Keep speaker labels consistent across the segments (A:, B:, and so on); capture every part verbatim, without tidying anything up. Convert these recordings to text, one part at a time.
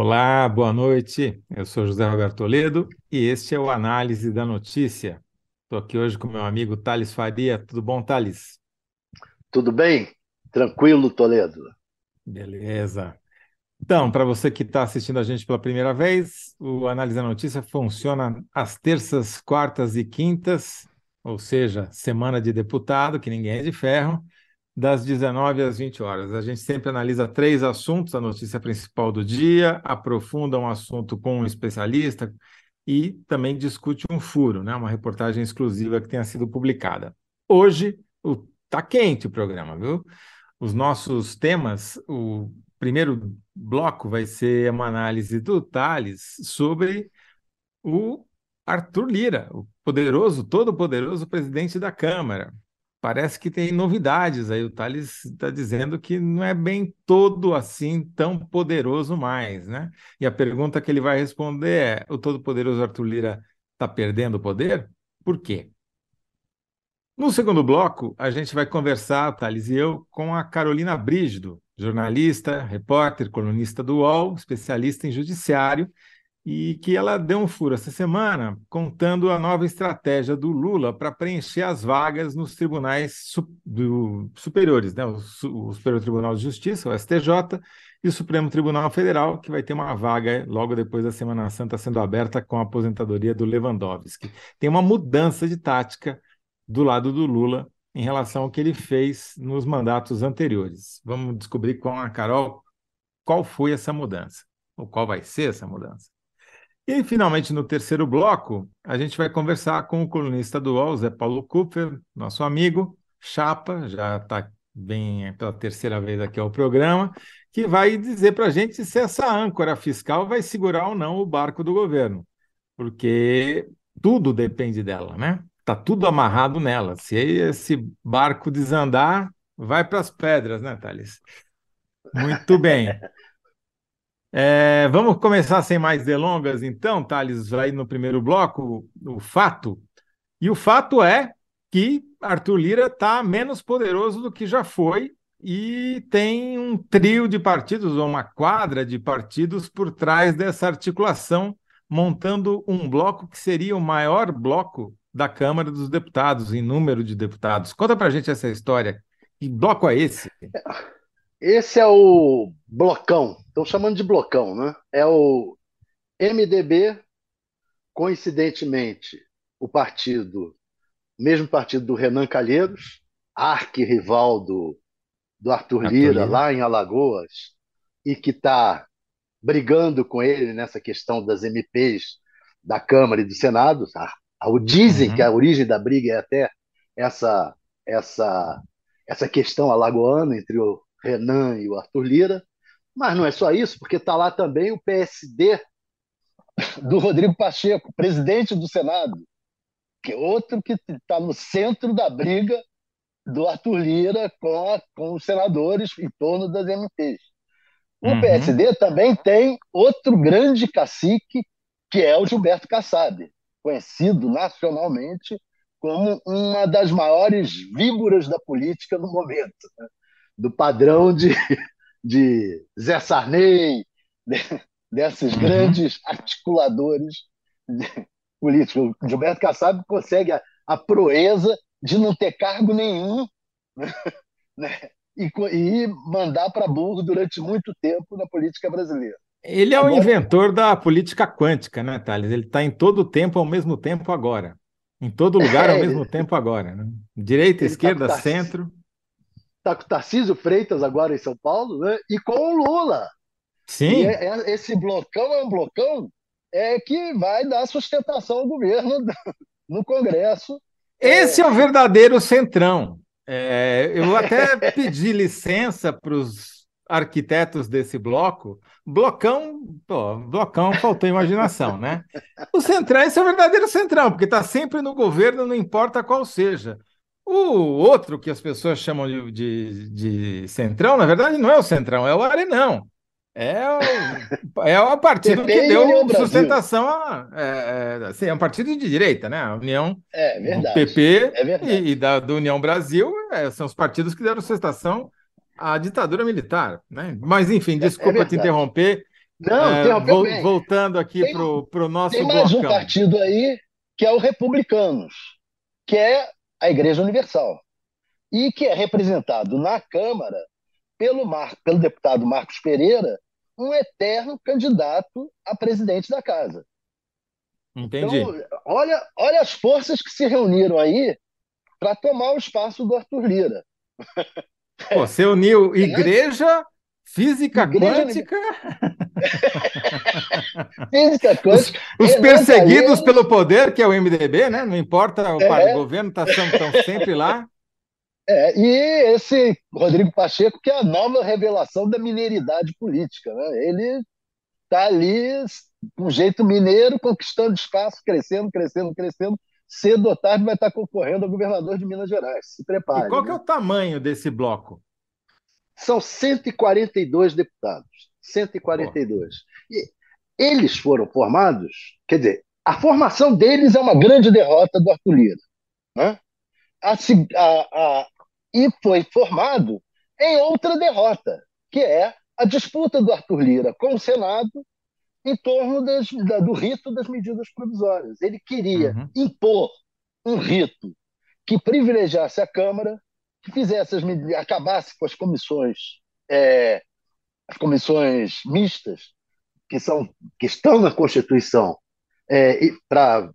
A: Olá, boa noite. Eu sou José Roberto Toledo e este é o Análise da Notícia. Estou aqui hoje com meu amigo Thales Faria. Tudo bom, Thales?
B: Tudo bem? Tranquilo, Toledo?
A: Beleza. Então, para você que está assistindo a gente pela primeira vez, o Análise da Notícia funciona às terças, quartas e quintas, ou seja, semana de deputado, que ninguém é de ferro, das dezenove às vinte horas. A gente sempre analisa três assuntos, a notícia principal do dia, aprofunda um assunto com um especialista e também discute um furo, né? Uma reportagem exclusiva que tenha sido publicada. Hoje está quente o programa, viu? Os nossos temas, o primeiro bloco vai ser uma análise do Thales sobre o Arthur Lira, o poderoso, todo-poderoso presidente da Câmara. Parece que tem novidades aí. O Thales está dizendo que não é bem todo assim tão poderoso mais, né? E a pergunta que ele vai responder é: o todo-poderoso Arthur Lira está perdendo o poder? Por quê? No segundo bloco, a gente vai conversar, Thales e eu, com a Carolina Brígido, jornalista, repórter, colunista do U O L, especialista em judiciário, e que ela deu um furo essa semana contando a nova estratégia do Lula para preencher as vagas nos tribunais su do, superiores, né? O, o Superior Tribunal de Justiça, o S T J, e o Supremo Tribunal Federal, que vai ter uma vaga logo depois da Semana Santa sendo aberta com a aposentadoria do Lewandowski. Tem uma mudança de tática do lado do Lula em relação ao que ele fez nos mandatos anteriores. Vamos descobrir com a Carol qual foi essa mudança, ou qual vai ser essa mudança. E, finalmente, no terceiro bloco, a gente vai conversar com o colunista do U O L, Zé Paulo Kupfer, nosso amigo, chapa, já está bem pela terceira vez aqui ao programa, que vai dizer para a gente se essa âncora fiscal vai segurar ou não o barco do governo, porque tudo depende dela, né? Está tudo amarrado nela. Se esse barco desandar, vai para as pedras, né, Thales? Muito bem. É, vamos começar sem mais delongas, então, Thales, aí no primeiro bloco, o fato. E o fato é que Arthur Lira está menos poderoso do que já foi e tem um trio de partidos, ou uma quadra de partidos, por trás dessa articulação, montando um bloco que seria o maior bloco da Câmara dos Deputados, em número de deputados. Conta para a gente essa história. Que bloco é esse?
B: Esse é o blocão, estão chamando de blocão, né? É o M D B, coincidentemente, o partido, o mesmo partido do Renan Calheiros, arquirrival do, do Arthur
A: Arthur
B: Lira,
A: Lira.
B: lá em Alagoas, e que está brigando com ele nessa questão das M Ps da Câmara e do Senado. A, a, dizem que a
A: Uhum.
B: origem da briga é até essa, essa, essa questão alagoana entre o Renan e o Arthur Lira. Mas não é só isso, porque está lá também o P S D do Rodrigo Pacheco, presidente do Senado, que é outro que está no centro da briga do Arthur Lira com, a, com os senadores em torno das M Ps. O
A: Uhum.
B: P S D também tem outro grande cacique, que é o Gilberto Kassab, conhecido nacionalmente como uma das maiores víboras da política no momento, né? Do padrão de, de Zé Sarney, de, desses
A: Uhum.
B: grandes articuladores políticos. O Gilberto Kassab consegue a, a proeza de não ter cargo nenhum, né? e, e mandar para burro durante muito tempo na política brasileira.
A: Ele é o
B: Agora,
A: inventor da política quântica, né, Thales? Ele está em todo o tempo ao mesmo tempo agora. Em todo lugar ao mesmo
B: é,
A: tempo agora, né? Direita,
B: ele está com,
A: esquerda,
B: Tar
A: centro.
B: tá com o Tarcísio Freitas agora em São Paulo, né? E com o Lula. E
A: Sim,
B: é, é, esse blocão é um blocão é que vai dar sustentação ao governo no Congresso. É,
A: esse é o verdadeiro centrão. É, eu até pedi licença para os arquitetos desse bloco. Blocão, pô, blocão faltou imaginação, né? O centrão, esse é o verdadeiro centrão, porque está sempre no governo, não importa qual seja. O outro que as pessoas chamam de, de, de centrão, na verdade, não é o centrão, é o arenão. É o, é o partido
B: P P
A: que
B: e União
A: deu
B: Brasil.
A: sustentação a. É, é, assim, é um partido de direita, né? A União
B: É
A: do
B: verdade.
A: P P
B: É
A: e, e
B: verdade.
A: da do União Brasil é, são os partidos que deram sustentação à ditadura militar, né? Mas, enfim,
B: É, é
A: desculpa te
B: verdade.
A: interromper.
B: Não,
A: É,
B: interrompeu
A: vol-
B: bem.
A: voltando aqui
B: Tem,
A: para o
B: tem
A: nosso
B: mais um
A: blocão.
B: partido aí, que é o Republicanos, que é a Igreja Universal, e que é representado na Câmara pelo, Mar... pelo deputado Marcos Pereira, um eterno candidato a presidente da casa. Então,
A: Entendi.
B: olha, olha as forças que se reuniram aí para tomar o espaço do Arthur Lira.
A: Pô, você uniu
B: Né?
A: igreja, física
B: Igreja
A: quântica,
B: Física
A: os,
B: Quântica,
A: os
B: Renan
A: perseguidos
B: Calheiros,
A: pelo poder, que é o M D B, né? Não importa, o, par- o
B: é,
A: governo estão sempre lá.
B: é, e esse Rodrigo Pacheco, que é a nova revelação da mineiridade política. Né? Ele está ali, com um jeito mineiro, conquistando espaço, crescendo, crescendo, crescendo. Cedo ou tarde vai estar concorrendo a governador de Minas Gerais. Se
A: E
B: prepare.
A: qual que é
B: Né?
A: o tamanho desse bloco?
B: São cento e quarenta e dois deputados. cento e quarenta
A: Pô,
B: e dois. E eles foram formados, quer dizer, a formação deles é uma grande derrota do Arthur Lira. Né? A, a, a, e foi formado em outra derrota, que é a disputa do Arthur Lira com o Senado em torno das, da, do rito das medidas provisórias. Ele queria
A: uhum,
B: impor um rito que privilegiasse a Câmara, que fizesse as medidas, acabasse com as comissões, é, as comissões mistas, que, são, que estão na Constituição, é, para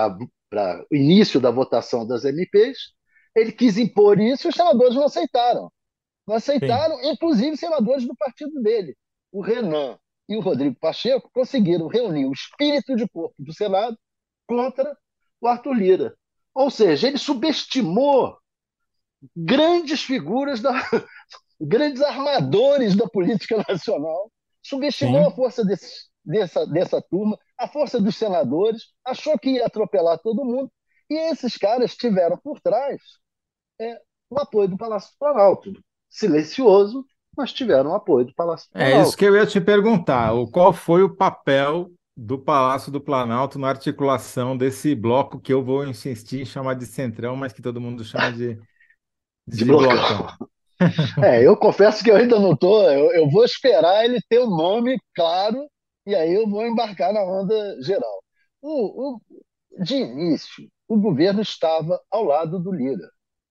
B: o início da votação das M Ps. Ele quis impor isso e os senadores não aceitaram. Não
A: sim.
B: aceitaram, inclusive senadores do partido dele. O Renan e o Rodrigo Pacheco conseguiram reunir o espírito de corpo do Senado contra o Arthur Lira. Ou seja, ele subestimou grandes figuras, da, grandes armadores da política nacional, subestimou a
A: Sim.
B: força desse, dessa, dessa turma, a força dos senadores, achou que ia atropelar todo mundo, e esses caras tiveram por trás é, o apoio do Palácio do Planalto. Silencioso, mas tiveram o apoio do Palácio do
A: É isso
B: Planalto.
A: que eu ia te perguntar. O, qual foi o papel do Palácio do Planalto na articulação desse bloco que eu vou insistir em chamar de centrão, mas que todo mundo chama de,
B: De
A: de
B: blocão.
A: blocão?
B: É, eu confesso que eu ainda não estou. Eu, eu vou esperar ele ter um nome claro e aí eu vou embarcar na onda geral. O, o, de início, o governo estava ao lado do Lira.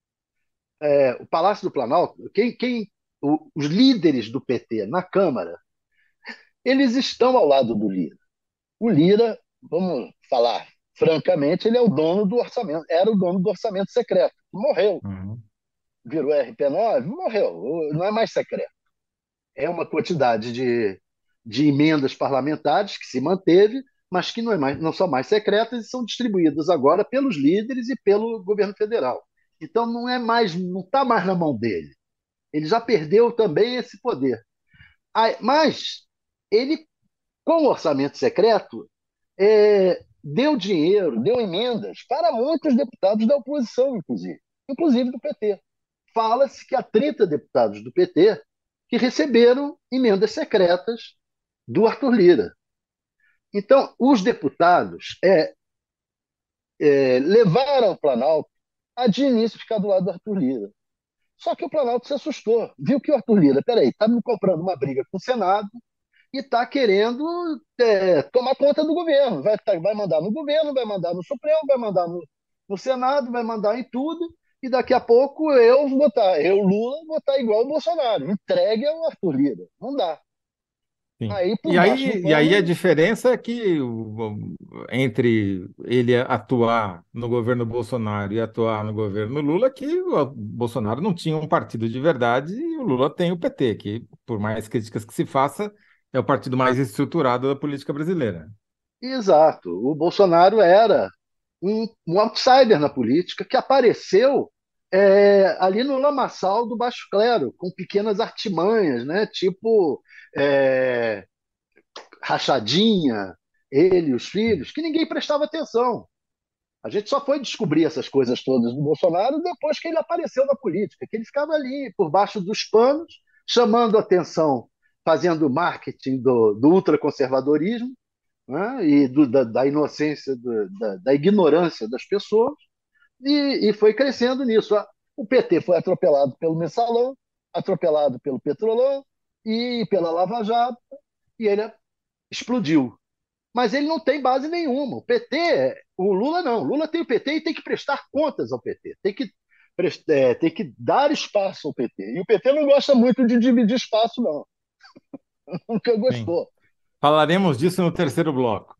B: É, o Palácio do Planalto, quem, quem, o, os líderes do P T na Câmara, eles estão ao lado do Lira. O Lira, vamos falar francamente, ele é o dono do orçamento, era o dono do orçamento secreto. Morreu,
A: Uhum.
B: virou R P nove, morreu, não é mais secreto. É uma quantidade de, de emendas parlamentares que se manteve, mas que não, é mais, não são mais secretas e são distribuídas agora pelos líderes e pelo governo federal. Então não é mais, não está mais na mão dele. Ele já perdeu também esse poder. Mas ele, com o orçamento secreto, é, deu dinheiro, deu emendas para muitos deputados da oposição, inclusive, inclusive do P T. Fala-se que há trinta deputados do P T que receberam emendas secretas do Arthur Lira. Então, os deputados é, é, levaram o Planalto a de início ficar do lado do Arthur Lira. Só que o Planalto se assustou, viu que o Arthur Lira, peraí, está me comprando uma briga com o Senado e está querendo é, tomar conta do governo. Vai, tá, vai mandar no governo, vai mandar no Supremo, vai mandar no, no Senado, vai mandar em tudo, e daqui a pouco eu vou estar, eu, Lula, vou estar igual o Bolsonaro. Entregue ao Arthur Lira. Não dá.
A: Sim.
B: Aí, por
A: E
B: baixo do
A: aí, e aí a
B: pano,
A: diferença é que o- entre ele atuar no governo Bolsonaro e atuar no governo Lula, que o Bolsonaro não tinha um partido de verdade e o Lula tem o P T, que, por mais críticas que se faça, é o partido mais estruturado da política brasileira.
B: exato, o Bolsonaro era um, um outsider na política que apareceu é, ali no lamaçal do baixo clero, com pequenas artimanhas, né? Tipo é, rachadinha, ele e os filhos, que ninguém prestava atenção. A gente só foi descobrir essas coisas todas do Bolsonaro depois que ele apareceu na política, que ele ficava ali por baixo dos panos, chamando atenção, fazendo marketing do, do ultraconservadorismo, né, e do, da, da, inocência, do, da, da, ignorância das pessoas, e, e foi crescendo nisso. O P T foi atropelado pelo Mensalão, atropelado pelo Petrolão e pela Lava Jato, e ele explodiu. Mas ele não tem base nenhuma. O P T, o Lula não. O Lula tem o P T e tem que prestar contas ao P T. Tem que, é, tem que dar espaço ao P T. E o P T não gosta muito de dividir espaço, não. Nunca
A: Sim.
B: gostou.
A: Falaremos disso no terceiro bloco.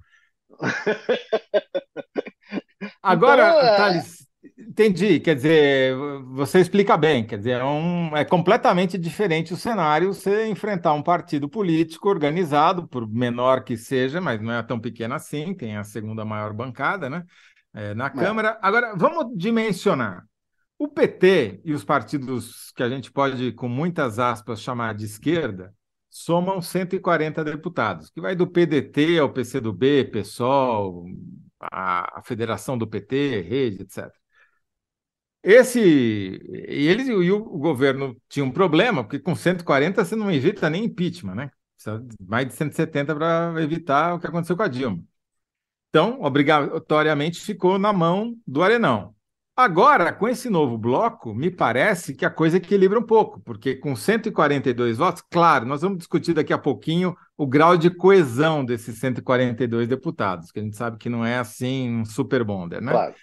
B: Então,
A: Agora,
B: é,
A: Thales, entendi. Quer dizer, você explica bem. Quer dizer, é, um, é completamente diferente o cenário você enfrentar um partido político organizado, por menor que seja, mas não é tão pequeno assim, tem a segunda maior bancada, né? É, na
B: é,
A: Câmara. Agora, vamos dimensionar. O P T e os partidos que a gente pode, com muitas aspas, chamar de esquerda, somam cento e quarenta deputados, que vai do P D T ao PCdoB, PSOL, a, a Federação do P T, Rede, etcétera. Esse, e eles e o, o governo tinha um problema, porque com cento e quarenta você não evita nem impeachment, né? Precisa de mais de cento e setenta para evitar o que aconteceu com a Dilma. Então, obrigatoriamente ficou na mão do Arenão. Agora, com esse novo bloco, me parece que a coisa equilibra um pouco, porque com cento e quarenta e dois votos, claro, nós vamos discutir daqui a pouquinho o grau de coesão desses cento e quarenta e dois deputados, que a gente sabe que não é assim um super bonder, né?
B: claro.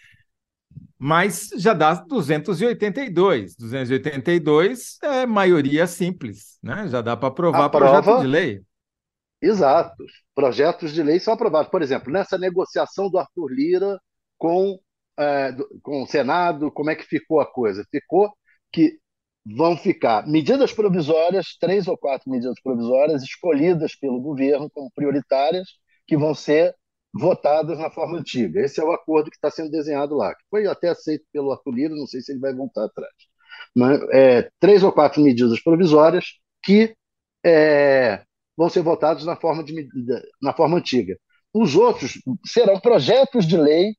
A: Mas já dá duzentos e oitenta e dois. duzentos e oitenta e dois é maioria simples, né? Já dá para aprovar projeto de
B: Aprova,
A: lei.
B: exato. Projetos de lei são aprovados. Por exemplo, nessa negociação do Arthur Lira com, é, do- com o Senado, como é que ficou a coisa? Ficou que vão ficar medidas provisórias, três ou quatro medidas provisórias, escolhidas pelo governo como prioritárias, que vão ser votadas na forma antiga. Esse é o acordo que está sendo desenhado lá, que foi até aceito pelo Arthur Lira, não sei se ele vai voltar atrás. Mas, é, três ou quatro medidas provisórias que é, vão ser votados na forma, de, na forma antiga. Os outros serão projetos de lei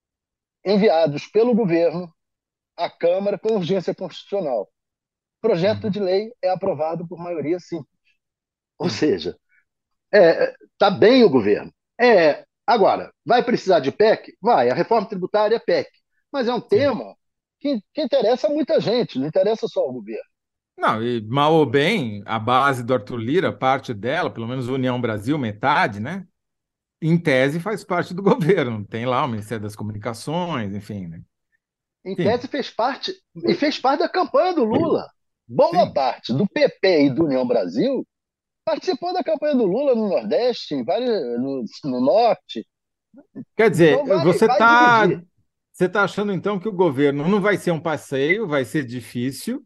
B: enviados pelo governo à Câmara com urgência constitucional. Projeto
A: Uhum.
B: de lei é aprovado por maioria simples. Ou
A: Sim.
B: seja, está é, tá bem o governo. É, agora, vai precisar de P E C? Vai. A reforma tributária é P E C. Mas é um
A: Sim.
B: tema que, que interessa a muita gente, não interessa só ao governo.
A: Não, e mal ou bem, a base do Arthur Lira, parte dela, pelo menos União Brasil, metade, né? Em tese faz parte do governo. Tem lá o Ministério das Comunicações, enfim, né?
B: Em
A: Enfim,
B: tese, fez parte, e fez parte da campanha do Lula. Boa
A: sim.
B: parte do P P e do União Brasil participou da campanha do Lula no Nordeste, em vários, no, no Norte.
A: Quer dizer,
B: Então vai,
A: você
B: vai
A: está
B: dividir.
A: você tá achando então que o governo não vai ser um passeio, vai ser difícil,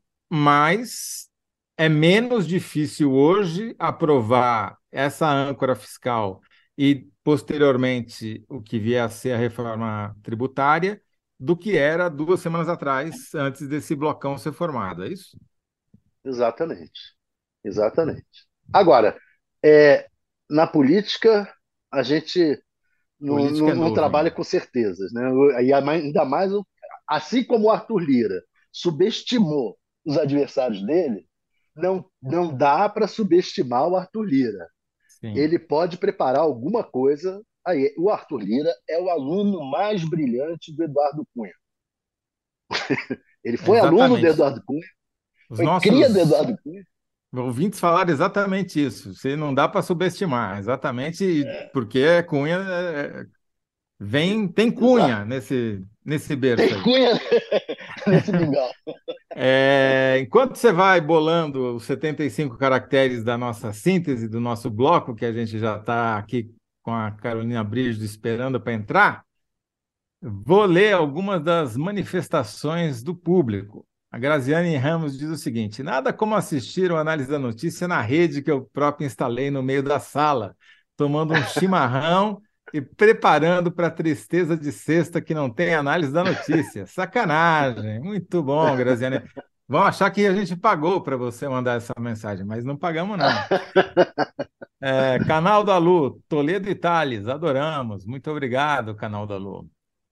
A: mas é menos difícil hoje aprovar essa âncora fiscal e, posteriormente, o que vier a ser a reforma tributária, do que era duas semanas atrás, antes desse blocão ser formado, é isso?
B: Exatamente. Exatamente. Agora, é, na política, a gente não,
A: Política
B: não,
A: é
B: não
A: novo
B: trabalha
A: ainda.
B: com certezas. Né? E ainda mais, assim como o Arthur Lira subestimou os adversários dele, não, não dá para subestimar o Arthur Lira.
A: Sim,
B: Ele pode preparar alguma coisa. Aí, o Arthur Lira é o aluno mais brilhante do Eduardo Cunha. Ele foi aluno do
A: exatamente.
B: Eduardo Cunha,
A: Os
B: foi cria do
A: nossos
B: Eduardo Cunha.
A: ouvintes falaram exatamente isso. Você não dá para subestimar, exatamente porque é Cunha é, vem, tem
B: Exato.
A: Cunha nesse, nesse berço
B: Tem
A: aí.
B: Cunha nesse mingau.
A: É, enquanto você vai bolando os setenta e cinco caracteres da nossa síntese, do nosso bloco, que a gente já está aqui com a Carolina Brígido esperando para entrar, vou ler algumas das manifestações do público. A Graziane Ramos diz o seguinte: nada como assistir o análise da notícia na rede que eu próprio instalei no meio da sala, tomando um chimarrão e preparando para a tristeza de sexta que não tem análise da notícia. Sacanagem. Muito bom, Graziane. Vão achar que a gente pagou para você mandar essa mensagem, mas não pagamos, não. É, Canal da Lu, Toledo e Tales, adoramos. Muito obrigado, Canal da Lu.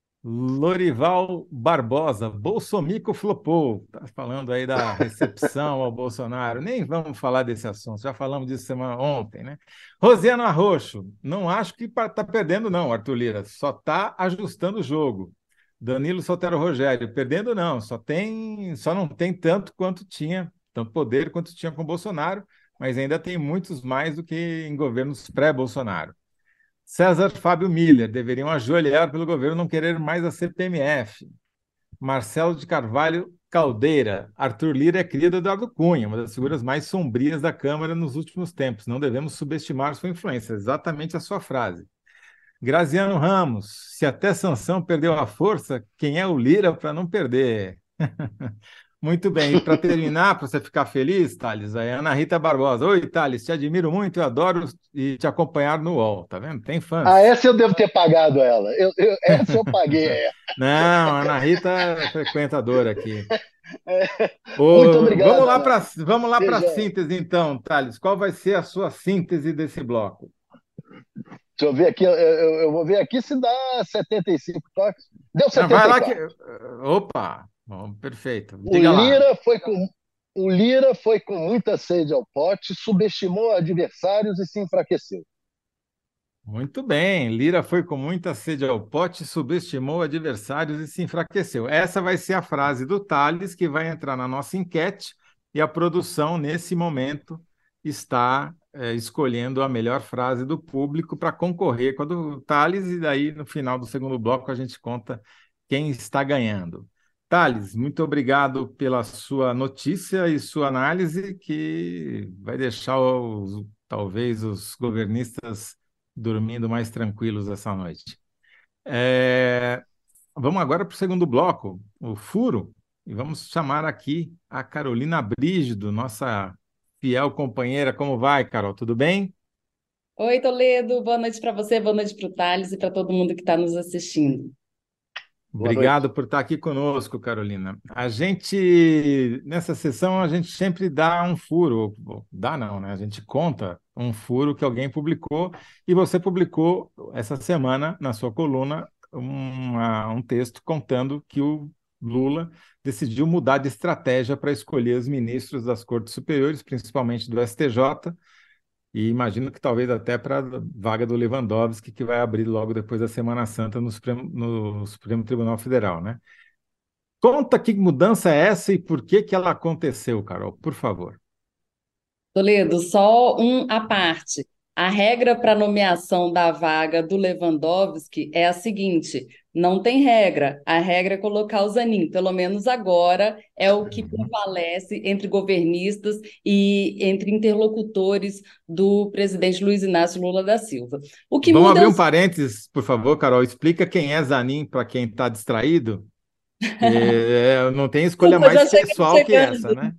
A: Lorival Barbosa, Bolsomico flopou. Tá falando aí da recepção ao Bolsonaro. Nem vamos falar desse assunto, já falamos disso semana ontem, né? Rosiano Arroxo, não acho que está perdendo, não, Arthur Lira, só está ajustando o jogo. Danilo Sotero Rogério, perdendo não, só tem, só não tem tanto quanto tinha, tanto poder quanto tinha com o Bolsonaro, mas ainda tem muitos mais do que em governos pré-Bolsonaro. César Fábio Miller, deveriam ajoelhar pelo governo não querer mais a C P M F. Marcelo de Carvalho Caldeira, Arthur Lira é cria do Eduardo Cunha, uma das figuras mais sombrias da Câmara nos últimos tempos. Não devemos subestimar sua influência. Exatamente a sua frase. Graziano Ramos, se até Sansão perdeu a força, quem é o Lira para não perder? Muito bem, e para terminar, para você ficar feliz, Thales, aí Ana Rita Barbosa. Oi, Thales, te admiro muito, eu adoro e te acompanhar no U O L, tá vendo? Tem
B: Ah,
A: fãs.
B: essa eu devo ter pagado ela. Eu, eu- essa eu paguei. É.
A: Não, a Ana Rita é frequentadora aqui.
B: É. Muito
A: Ô, vamos
B: obrigado,
A: lá
B: Ana.
A: para vamos lá para a
B: Seja,
A: síntese, então, Thales. Qual vai ser a sua síntese desse bloco?
B: deixa eu ver aqui, eu, eu- eu vou ver aqui se dá setenta e cinco toques. Deu
A: Ah, vai
B: setenta e
A: lá que.
B: quatro.
A: Opa! Bom, perfeito.
B: O
A: Diga lá.
B: Lira foi com o Lira foi com muita sede ao pote, subestimou adversários e se enfraqueceu.
A: Muito bem. Lira foi com muita sede ao pote, subestimou adversários e se enfraqueceu. Essa vai ser a frase do Thales, que vai entrar na nossa enquete, e a produção, nesse momento, está é, escolhendo a melhor frase do público para concorrer com a do Thales, e daí, no final do segundo bloco, a gente conta quem está ganhando. Thales, muito obrigado pela sua notícia e sua análise, que vai deixar os, talvez os governistas dormindo mais tranquilos essa noite. É, vamos agora para o segundo bloco, o furo, e vamos chamar aqui a Carolina Brígido, nossa fiel companheira. Como vai, Carol? Tudo bem?
C: Oi, Toledo, boa noite para você, boa noite para o Thales e para todo mundo que está nos assistindo.
B: Boa noite.
A: Obrigado por estar aqui conosco, Carolina. A gente, nessa sessão, a gente sempre dá um furo, ou dá não, né? A gente conta um furo que alguém publicou, e você publicou essa semana, na sua coluna, uma- um texto contando que o Lula decidiu mudar de estratégia para escolher os ministros das Cortes Superiores, principalmente do S T J, e imagino que talvez até para a vaga do Lewandowski, que vai abrir logo depois da Semana Santa no Supremo, no Supremo Tribunal Federal, né? Conta que mudança é essa e por que que ela aconteceu, Carol, por favor.
C: Toledo, só um à parte. A regra para nomeação da vaga do Lewandowski é a seguinte: não tem regra. A regra é colocar o Zanin. Pelo menos agora é o que
A: Uhum.
C: prevalece entre governistas e entre interlocutores do presidente Luiz Inácio Lula da Silva. O que
A: Vamos
C: muda é
A: abrir
C: o
A: um parênteses, por favor, Carol. Explica quem é Zanin para quem está distraído, que é, não tem escolha
C: Desculpa,
A: mais
C: já cheguei
A: pessoal que essa,
C: chegando.
A: né?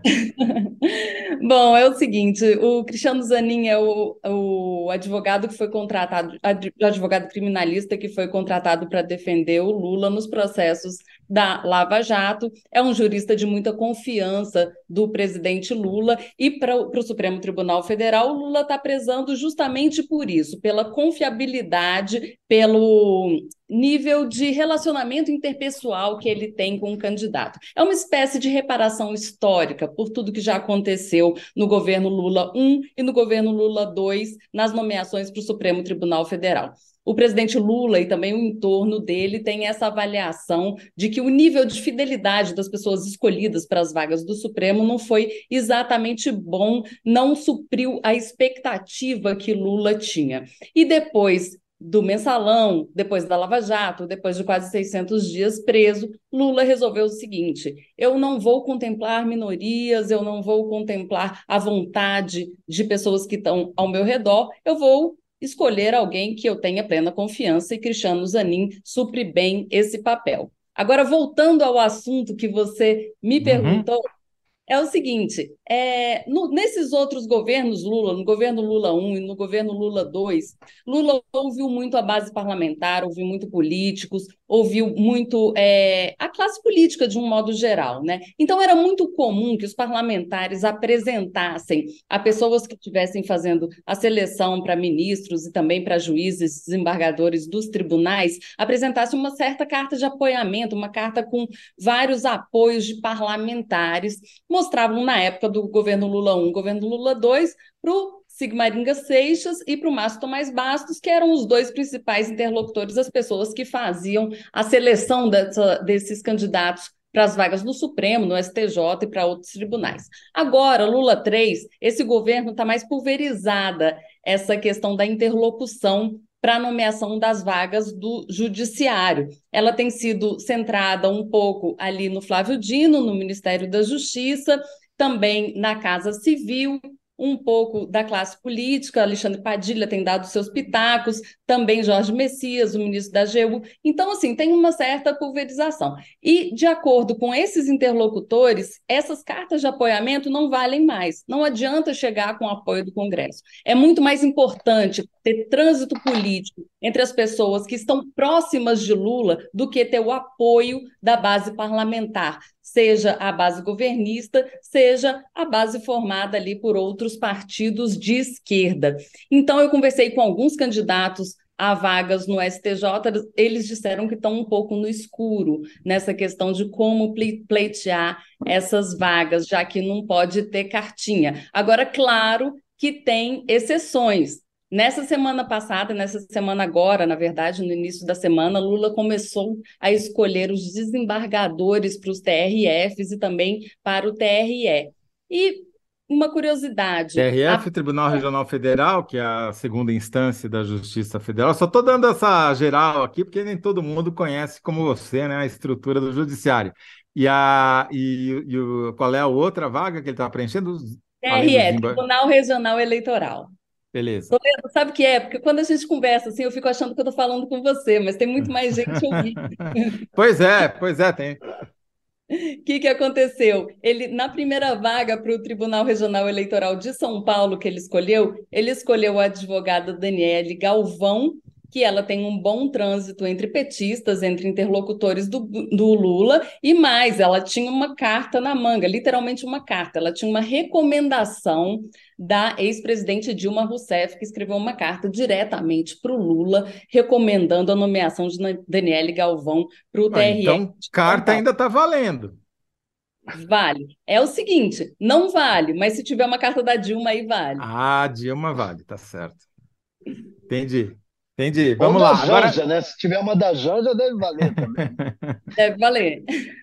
C: Bom, é o seguinte, o Cristiano Zanin é o, o advogado que foi contratado, ad- advogado criminalista que foi contratado para defender o Lula nos processos da Lava Jato. É um jurista de muita confiança do presidente Lula e para o Supremo Tribunal Federal, o Lula está prezando justamente por isso, pela confiabilidade, pelo nível de relacionamento interpessoal que ele tem com o candidato. É uma espécie de reparação histórica por tudo que já aconteceu no governo Lula um e no governo Lula dois, nas nomeações para o Supremo Tribunal Federal. O presidente Lula e também o entorno dele tem essa avaliação de que o nível de fidelidade das pessoas escolhidas para as vagas do Supremo não foi exatamente bom, não supriu a expectativa que Lula tinha. E depois do mensalão, depois da Lava Jato, depois de quase seiscentos dias preso, Lula resolveu o seguinte: eu não vou contemplar minorias, eu não vou contemplar a vontade de pessoas que estão ao meu redor, eu vou escolher alguém que eu tenha plena confiança, e Cristiano Zanin supre bem esse papel. Agora, voltando ao assunto que você me
A: Uhum.
C: perguntou, é o seguinte, é, no- nesses outros governos Lula, no governo Lula um e no governo Lula dois, Lula ouviu muito a base parlamentar, ouviu muito políticos, ouviu muito é, a classe política de um modo geral, né? Então era muito comum que os parlamentares apresentassem a pessoas que estivessem fazendo a seleção para ministros e também para juízes, desembargadores dos tribunais, apresentassem uma certa carta de apoiamento, uma carta com vários apoios de parlamentares, mostravam na época do governo Lula um, governo Lula dois, para o Sigmaringa Seixas e para o Márcio Tomás Bastos, que eram os dois principais interlocutores, as pessoas que faziam a seleção dessa, desses candidatos para as vagas no Supremo, no S T J e para outros tribunais. Agora, Lula três, esse governo está mais pulverizada essa questão da interlocução para a nomeação das vagas do judiciário. Ela tem sido centrada um pouco ali no Flávio Dino, no Ministério da Justiça, também na Casa Civil, um pouco da classe política. Alexandre Padilha tem dado seus pitacos, também Jorge Messias, o ministro da A G U. Então, assim, tem uma certa pulverização. E, de acordo com esses interlocutores, essas cartas de apoiamento não valem mais. Não adianta chegar com o apoio do Congresso. É muito mais importante ter trânsito político entre as pessoas que estão próximas de Lula do que ter o apoio da base parlamentar, seja a base governista, seja a base formada ali por outros partidos de esquerda. Então, eu conversei com alguns candidatos a vagas no S T J, eles disseram que estão um pouco no escuro nessa questão de como pleitear essas vagas, já que não pode ter cartinha. Agora, claro que tem exceções. Nessa semana passada, nessa semana agora, na verdade, no início da semana, Lula começou a escolher os desembargadores para os T R Fs e também para o T R E. E uma curiosidade...
A: T R F,
C: a...
A: Tribunal Regional Federal, que é a segunda instância da Justiça Federal. Só estou dando essa geral aqui, porque nem todo mundo conhece, como você, né, a estrutura do Judiciário. E, a, e, e o, qual é a outra vaga que ele está preenchendo?
C: T R E, Tribunal Regional Eleitoral.
A: Beleza.
C: Toledo, sabe o que é? Porque quando a gente conversa assim, eu fico achando que eu estou falando com você, mas tem muito mais gente ouvindo.
A: Pois é, pois é, tem.
C: O que, que aconteceu? Ele, na primeira vaga para o Tribunal Regional Eleitoral de São Paulo que ele escolheu, ele escolheu a advogada Daniele Galvão, que ela tem um bom trânsito entre petistas, entre interlocutores do, do Lula, e mais, ela tinha uma carta na manga, literalmente uma carta, ela tinha uma recomendação da ex-presidente Dilma Rousseff, que escreveu uma carta diretamente para o Lula, recomendando a nomeação de Daniele Galvão para o T R E.
A: Então, carta ainda está valendo.
C: Vale. É o seguinte, não vale, mas se tiver uma carta da Dilma, aí vale.
A: Ah, Dilma vale, tá certo. Entendi. Entendi.
B: Ou
A: Vamos
B: da
A: lá. Agora...
B: Janja, né? Se tiver uma da Janja, deve valer também.
C: Deve valer.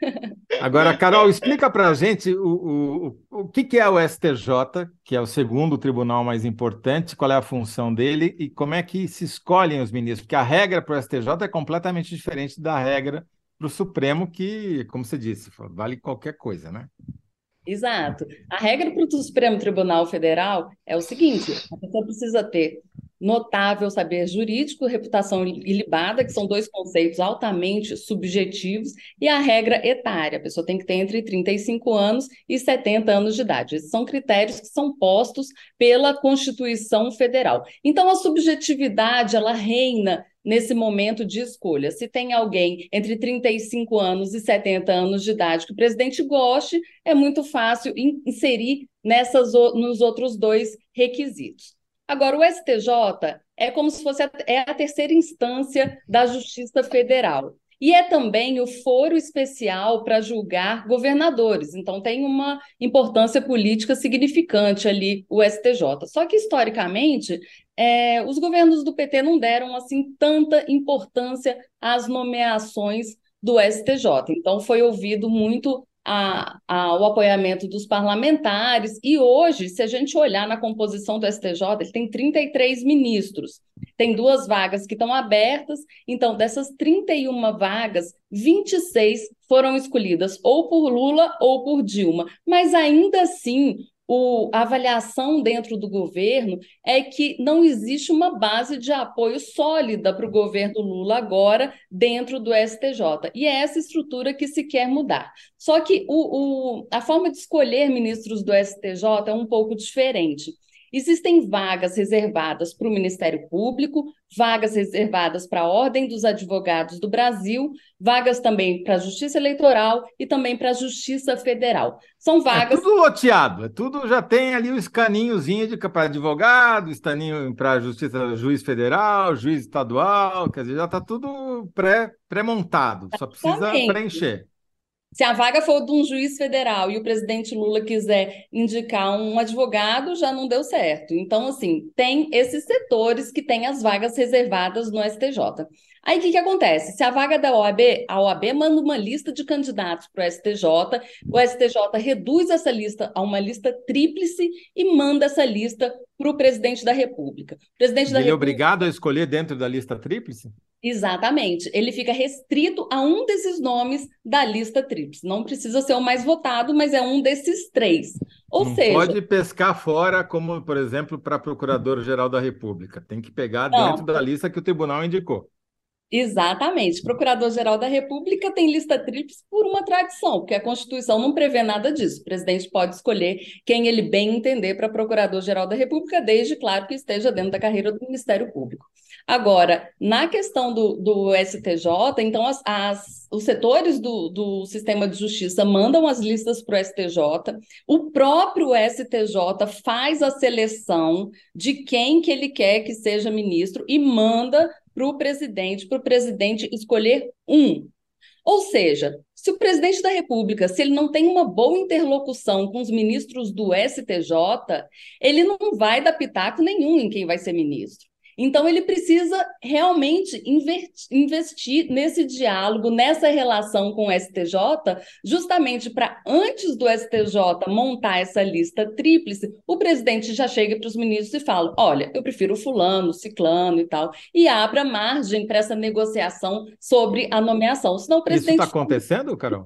A: Agora, Carol, explica para a gente o, o, o que, que é o S T J, que é o segundo tribunal mais importante, qual é a função dele e como é que se escolhem os ministros, porque a regra para o S T J é completamente diferente da regra para o Supremo, que, como você disse, vale qualquer coisa, né?
C: Exato. A regra para o Supremo Tribunal Federal é o seguinte: a pessoa precisa ter notável saber jurídico, reputação ilibada, que são dois conceitos altamente subjetivos, e a regra etária. A pessoa tem que ter entre trinta e cinco anos e setenta anos de idade. Esses são critérios que são postos pela Constituição Federal. Então, a subjetividade, ela reina nesse momento de escolha. Se tem alguém entre trinta e cinco anos e setenta anos de idade que o presidente goste, é muito fácil inserir nessas, nos outros dois requisitos. Agora, o S T J é como se fosse a, é a terceira instância da Justiça Federal. E é também o foro especial para julgar governadores. Então, tem uma importância política significante ali o S T J. Só que, historicamente, é, os governos do P T não deram assim tanta importância às nomeações do S T J. Então, foi ouvido muito A, a, o apoiamento dos parlamentares, e hoje, se a gente olhar na composição do S T J, ele tem trinta e três ministros, tem duas vagas que estão abertas, então dessas trinta e uma vagas, vinte e seis foram escolhidas ou por Lula ou por Dilma, mas ainda assim, O, a avaliação dentro do governo é que não existe uma base de apoio sólida para o governo Lula agora dentro do S T J. E é essa estrutura que se quer mudar. Só que o, o, a forma de escolher ministros do S T J é um pouco diferente. Existem vagas reservadas para o Ministério Público, vagas reservadas para a Ordem dos Advogados do Brasil, vagas também para a Justiça Eleitoral e também para a Justiça Federal. São vagas...
A: É tudo loteado, é tudo, já tem ali o escaninhozinho de para advogado, escaninho para Justiça, juiz federal, juiz estadual, quer dizer, já está tudo pré, pré-montado, só precisa
C: Exatamente.
A: preencher.
C: Se a vaga for de um juiz federal e o presidente Lula quiser indicar um advogado, já não deu certo. Então, assim, tem esses setores que têm as vagas reservadas no S T J. Aí o que que acontece? Se a vaga da O A B, a O A B manda uma lista de candidatos para o S T J, o S T J reduz essa lista a uma lista tríplice e manda essa lista para o presidente da República. O presidente
A: E
C: da
A: ele é
C: República.
A: obrigado a escolher dentro da lista tríplice?
C: Exatamente. Ele fica restrito a um desses nomes da lista tríplice. Não precisa ser o mais votado, mas é um desses três. Ou
A: Não
C: seja,
A: pode pescar fora, como, por exemplo, para Procurador-Geral da República. Tem que pegar dentro
C: não.
A: da lista que o tribunal indicou.
C: Exatamente. Procurador-Geral da República tem lista tríplice por uma tradição, porque a Constituição não prevê nada disso. O presidente pode escolher quem ele bem entender para Procurador-Geral da República, desde, claro, que esteja dentro da carreira do Ministério Público. Agora, na questão do, do S T J, então as, as, os setores do, do sistema de justiça mandam as listas para o S T J, o próprio S T J faz a seleção de quem que ele quer que seja ministro e manda para o presidente, para o presidente escolher um. Ou seja, se o presidente da República, se ele não tem uma boa interlocução com os ministros do S T J, ele não vai dar pitaco nenhum em quem vai ser ministro. Então, ele precisa realmente investir nesse diálogo, nessa relação com o S T J, justamente para, antes do S T J montar essa lista tríplice, o presidente já chega para os ministros e fala: olha, eu prefiro fulano, ciclano e tal, e abra margem para essa negociação sobre a nomeação. Senão o
A: Isso está
C: presidente...
A: acontecendo, Carol?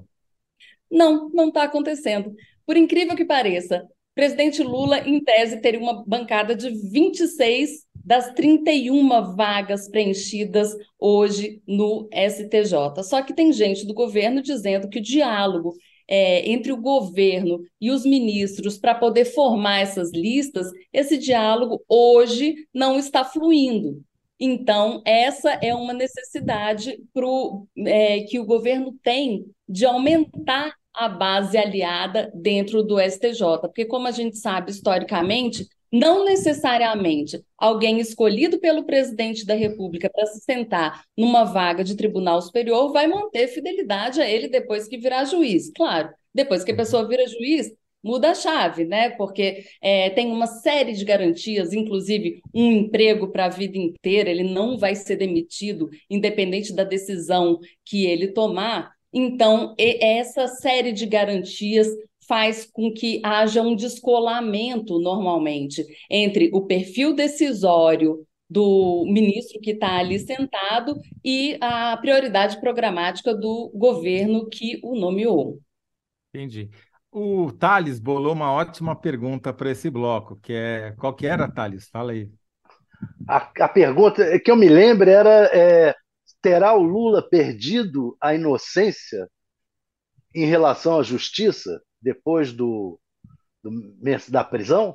C: Não, não está acontecendo. Por incrível que pareça, o presidente Lula, em tese, teria uma bancada de vinte e seis das trinta e uma vagas preenchidas hoje no S T J. Só que tem gente do governo dizendo que o diálogo é, entre o governo e os ministros para poder formar essas listas, esse diálogo hoje não está fluindo. Então, essa é uma necessidade pro, é, que o governo tem de aumentar a base aliada dentro do S T J, porque, como a gente sabe historicamente, não necessariamente alguém escolhido pelo presidente da República para se sentar numa vaga de tribunal superior vai manter fidelidade a ele depois que virar juiz. Claro, depois que a pessoa vira juiz, muda a chave, né? Porque é, tem uma série de garantias, inclusive um emprego para a vida inteira, ele não vai ser demitido, independente da decisão que ele tomar. Então, essa série de garantias faz com que haja um descolamento, normalmente, entre o perfil decisório do ministro que está ali sentado e a prioridade programática do governo que o nomeou.
A: Entendi. O Thales bolou uma ótima pergunta para esse bloco, que é... Qual que era, Thales? Fala aí.
B: A, a pergunta que eu me lembro era: é, terá o Lula perdido a inocência em relação à justiça depois do, do da prisão?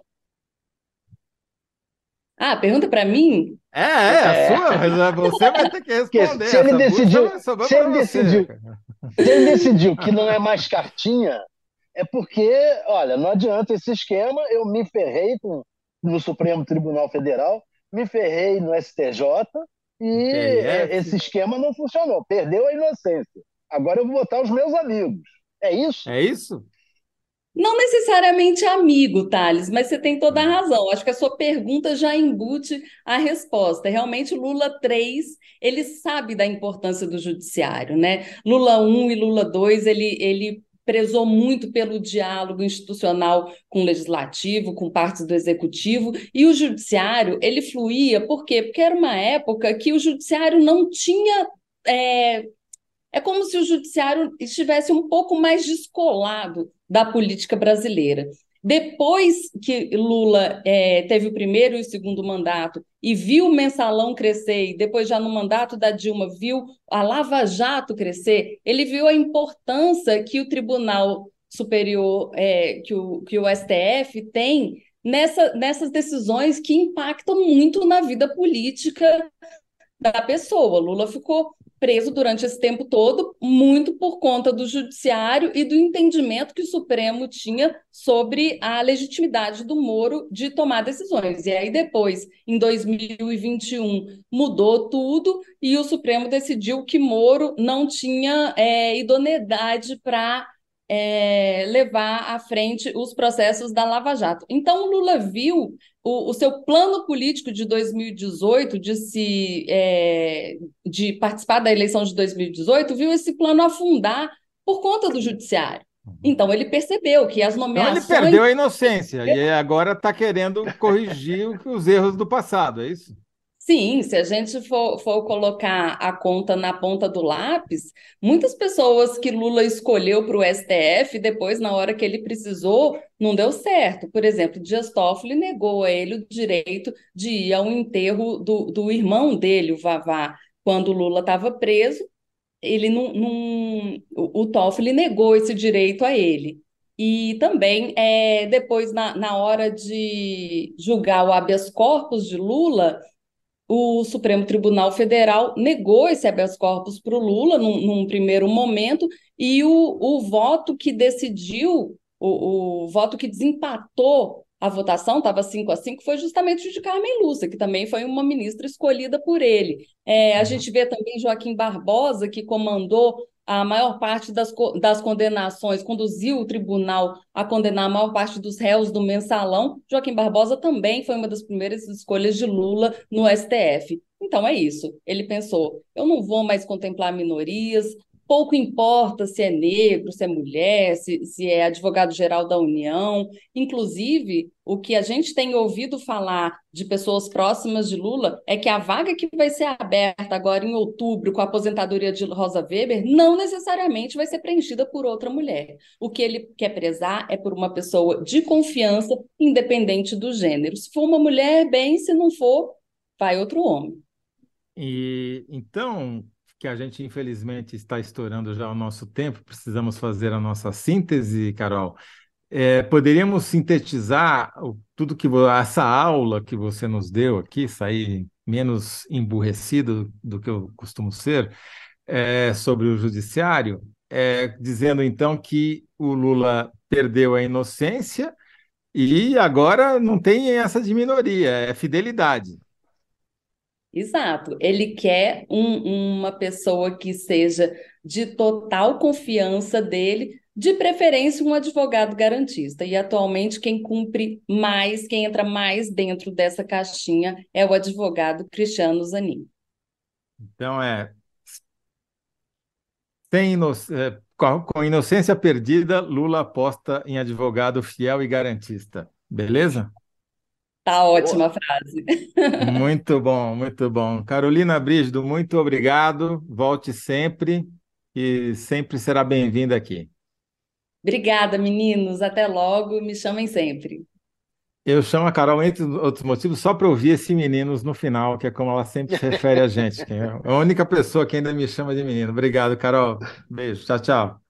C: Ah, pergunta para mim?
A: É, é, a
B: É,
A: sua, mas é, você vai ter que
B: porque
A: responder.
B: se ele
A: Essa
B: decidiu,
A: busca sobrou
B: se
A: para
B: ele
A: você,
B: decidiu,
A: cara.
B: se ele decidiu que não é mais cartinha, é porque, olha, não adianta esse esquema. Eu me ferrei com, no Supremo Tribunal Federal, me ferrei no S T J e é,
A: P R F?
B: esse esquema não funcionou. Perdeu a inocência. Agora eu vou botar os meus amigos. É isso?
A: É isso?
C: Não necessariamente amigo, Thales, mas você tem toda a razão. Acho que a sua pergunta já embute a resposta. Realmente, Lula três, ele sabe da importância do judiciário, né? Lula um e Lula dois, ele, ele prezou muito pelo diálogo institucional com o legislativo, com partes do executivo, e o judiciário, ele fluía, por quê? Porque era uma época que o judiciário não tinha... É, é como se o judiciário estivesse um pouco mais descolado da política brasileira. Depois que Lula é, teve o primeiro e o segundo mandato e viu o mensalão crescer, e depois já no mandato da Dilma viu a Lava Jato crescer, ele viu a importância que o Tribunal Superior, é, que, o, que o S T F tem nessa, nessas decisões que impactam muito na vida política da pessoa. Lula ficou preso durante esse tempo todo, muito por conta do judiciário e do entendimento que o Supremo tinha sobre a legitimidade do Moro de tomar decisões. E aí depois, em dois mil e vinte e um, mudou tudo e o Supremo decidiu que Moro não tinha é, idoneidade para é, levar à frente os processos da Lava Jato. Então, o Lula viu o, o seu plano político de dois mil e dezoito, de, se, é, de participar da eleição de dois mil e dezoito, viu esse plano afundar por conta do judiciário. Então, ele percebeu que as
A: Então ele
C: nomeações...
A: perdeu a inocência e agora está querendo corrigir os erros do passado, é isso?
C: Sim, se a gente for, for colocar a conta na ponta do lápis, muitas pessoas que Lula escolheu para o S T F, depois, na hora que ele precisou, não deu certo. Por exemplo, Dias Toffoli negou a ele o direito de ir ao enterro do, do irmão dele, o Vavá, quando o Lula estava preso. Ele não, não, o, o Toffoli negou esse direito a ele. E também, é, depois, na, na hora de julgar o habeas corpus de Lula, o Supremo Tribunal Federal negou esse habeas corpus para o Lula num, num primeiro momento, e o, o voto que decidiu, o, o voto que desempatou a votação, estava cinco a cinco, foi justamente o de Carmen Lúcia, que também foi uma ministra escolhida por ele. É, a
A: Uhum.
C: gente vê também Joaquim Barbosa, que comandou a maior parte das, das condenações, conduziu o tribunal a condenar a maior parte dos réus do mensalão. Joaquim Barbosa também foi uma das primeiras escolhas de Lula no S T F. Então é isso. Ele pensou: eu não vou mais contemplar minorias, pouco importa se é negro, se é mulher, se, se é advogado-geral da União. Inclusive, o que a gente tem ouvido falar de pessoas próximas de Lula é que a vaga que vai ser aberta agora em outubro com a aposentadoria de Rosa Weber não necessariamente vai ser preenchida por outra mulher. O que ele quer prezar é por uma pessoa de confiança, independente do gênero. Se for uma mulher, bem; se não for, vai outro homem.
A: E então, que a gente infelizmente está estourando já o nosso tempo, precisamos fazer a nossa síntese, Carol. É, poderíamos sintetizar o- tudo que vo- essa aula que você nos deu aqui, sair menos emburrecido do que eu costumo ser, é, sobre o judiciário, é, dizendo então que o Lula perdeu a inocência e agora não tem essa de minoria, é fidelidade.
C: Exato. Ele quer um- uma pessoa que seja de total confiança dele, de preferência um advogado garantista. E atualmente quem cumpre mais, quem entra mais dentro dessa caixinha é o advogado Cristiano Zanin.
A: Então é, sem ino- é, com com inocência perdida, Lula aposta em advogado fiel e garantista. Beleza?
C: Tá
B: Boa.
C: ótima a frase.
A: Muito bom, muito bom. Carolina Brígido, muito obrigado. Volte sempre e sempre será bem-vinda aqui.
C: Obrigada, meninos. Até logo. Me chamem sempre.
A: Eu chamo a Carol, entre outros motivos, só para ouvir esse meninos no final, que é como ela sempre se refere a gente. Que é a única pessoa que ainda me chama de menino. Obrigado, Carol. Beijo. Tchau, tchau.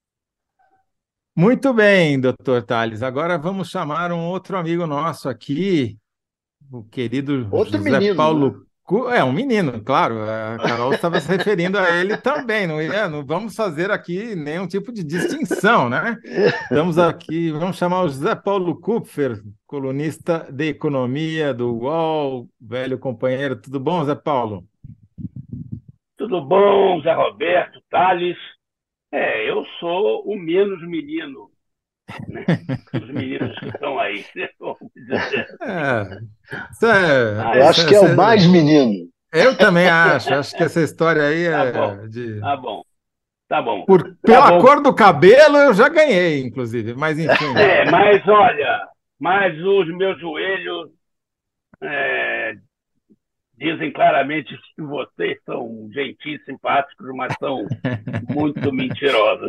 A: Muito bem, doutor Tales. Agora vamos chamar um outro amigo nosso aqui, o querido
B: Outro
A: José
B: menino, né?
A: Paulo. Cu- É um menino, claro. A Carol estava se referindo a ele também. Não, é, não vamos fazer aqui nenhum tipo de distinção, né? Estamos aqui, vamos chamar o José Paulo Kupfer, colunista de economia do U O L, velho companheiro. Tudo bom, Zé Paulo?
D: Tudo bom, Zé Roberto, Thales? É, eu sou o menos menino, né? Os meninos que estão aí, vamos dizer assim.
A: É, isso é,
B: Eu
D: Mas,
A: isso
B: acho
A: é-
B: que é
A: isso
B: o mais
A: é-
B: menino.
A: eu também acho. Acho que essa história aí
D: tá bom,
A: é de.
D: tá bom, tá bom,
A: Por,
D: tá
A: pela
D: bom.
A: cor do cabelo eu já ganhei, inclusive. Mas enfim.
D: É, mas olha, mas os meus joelhos é, dizem claramente que vocês são gentis, simpáticos, mas são muito mentirosos.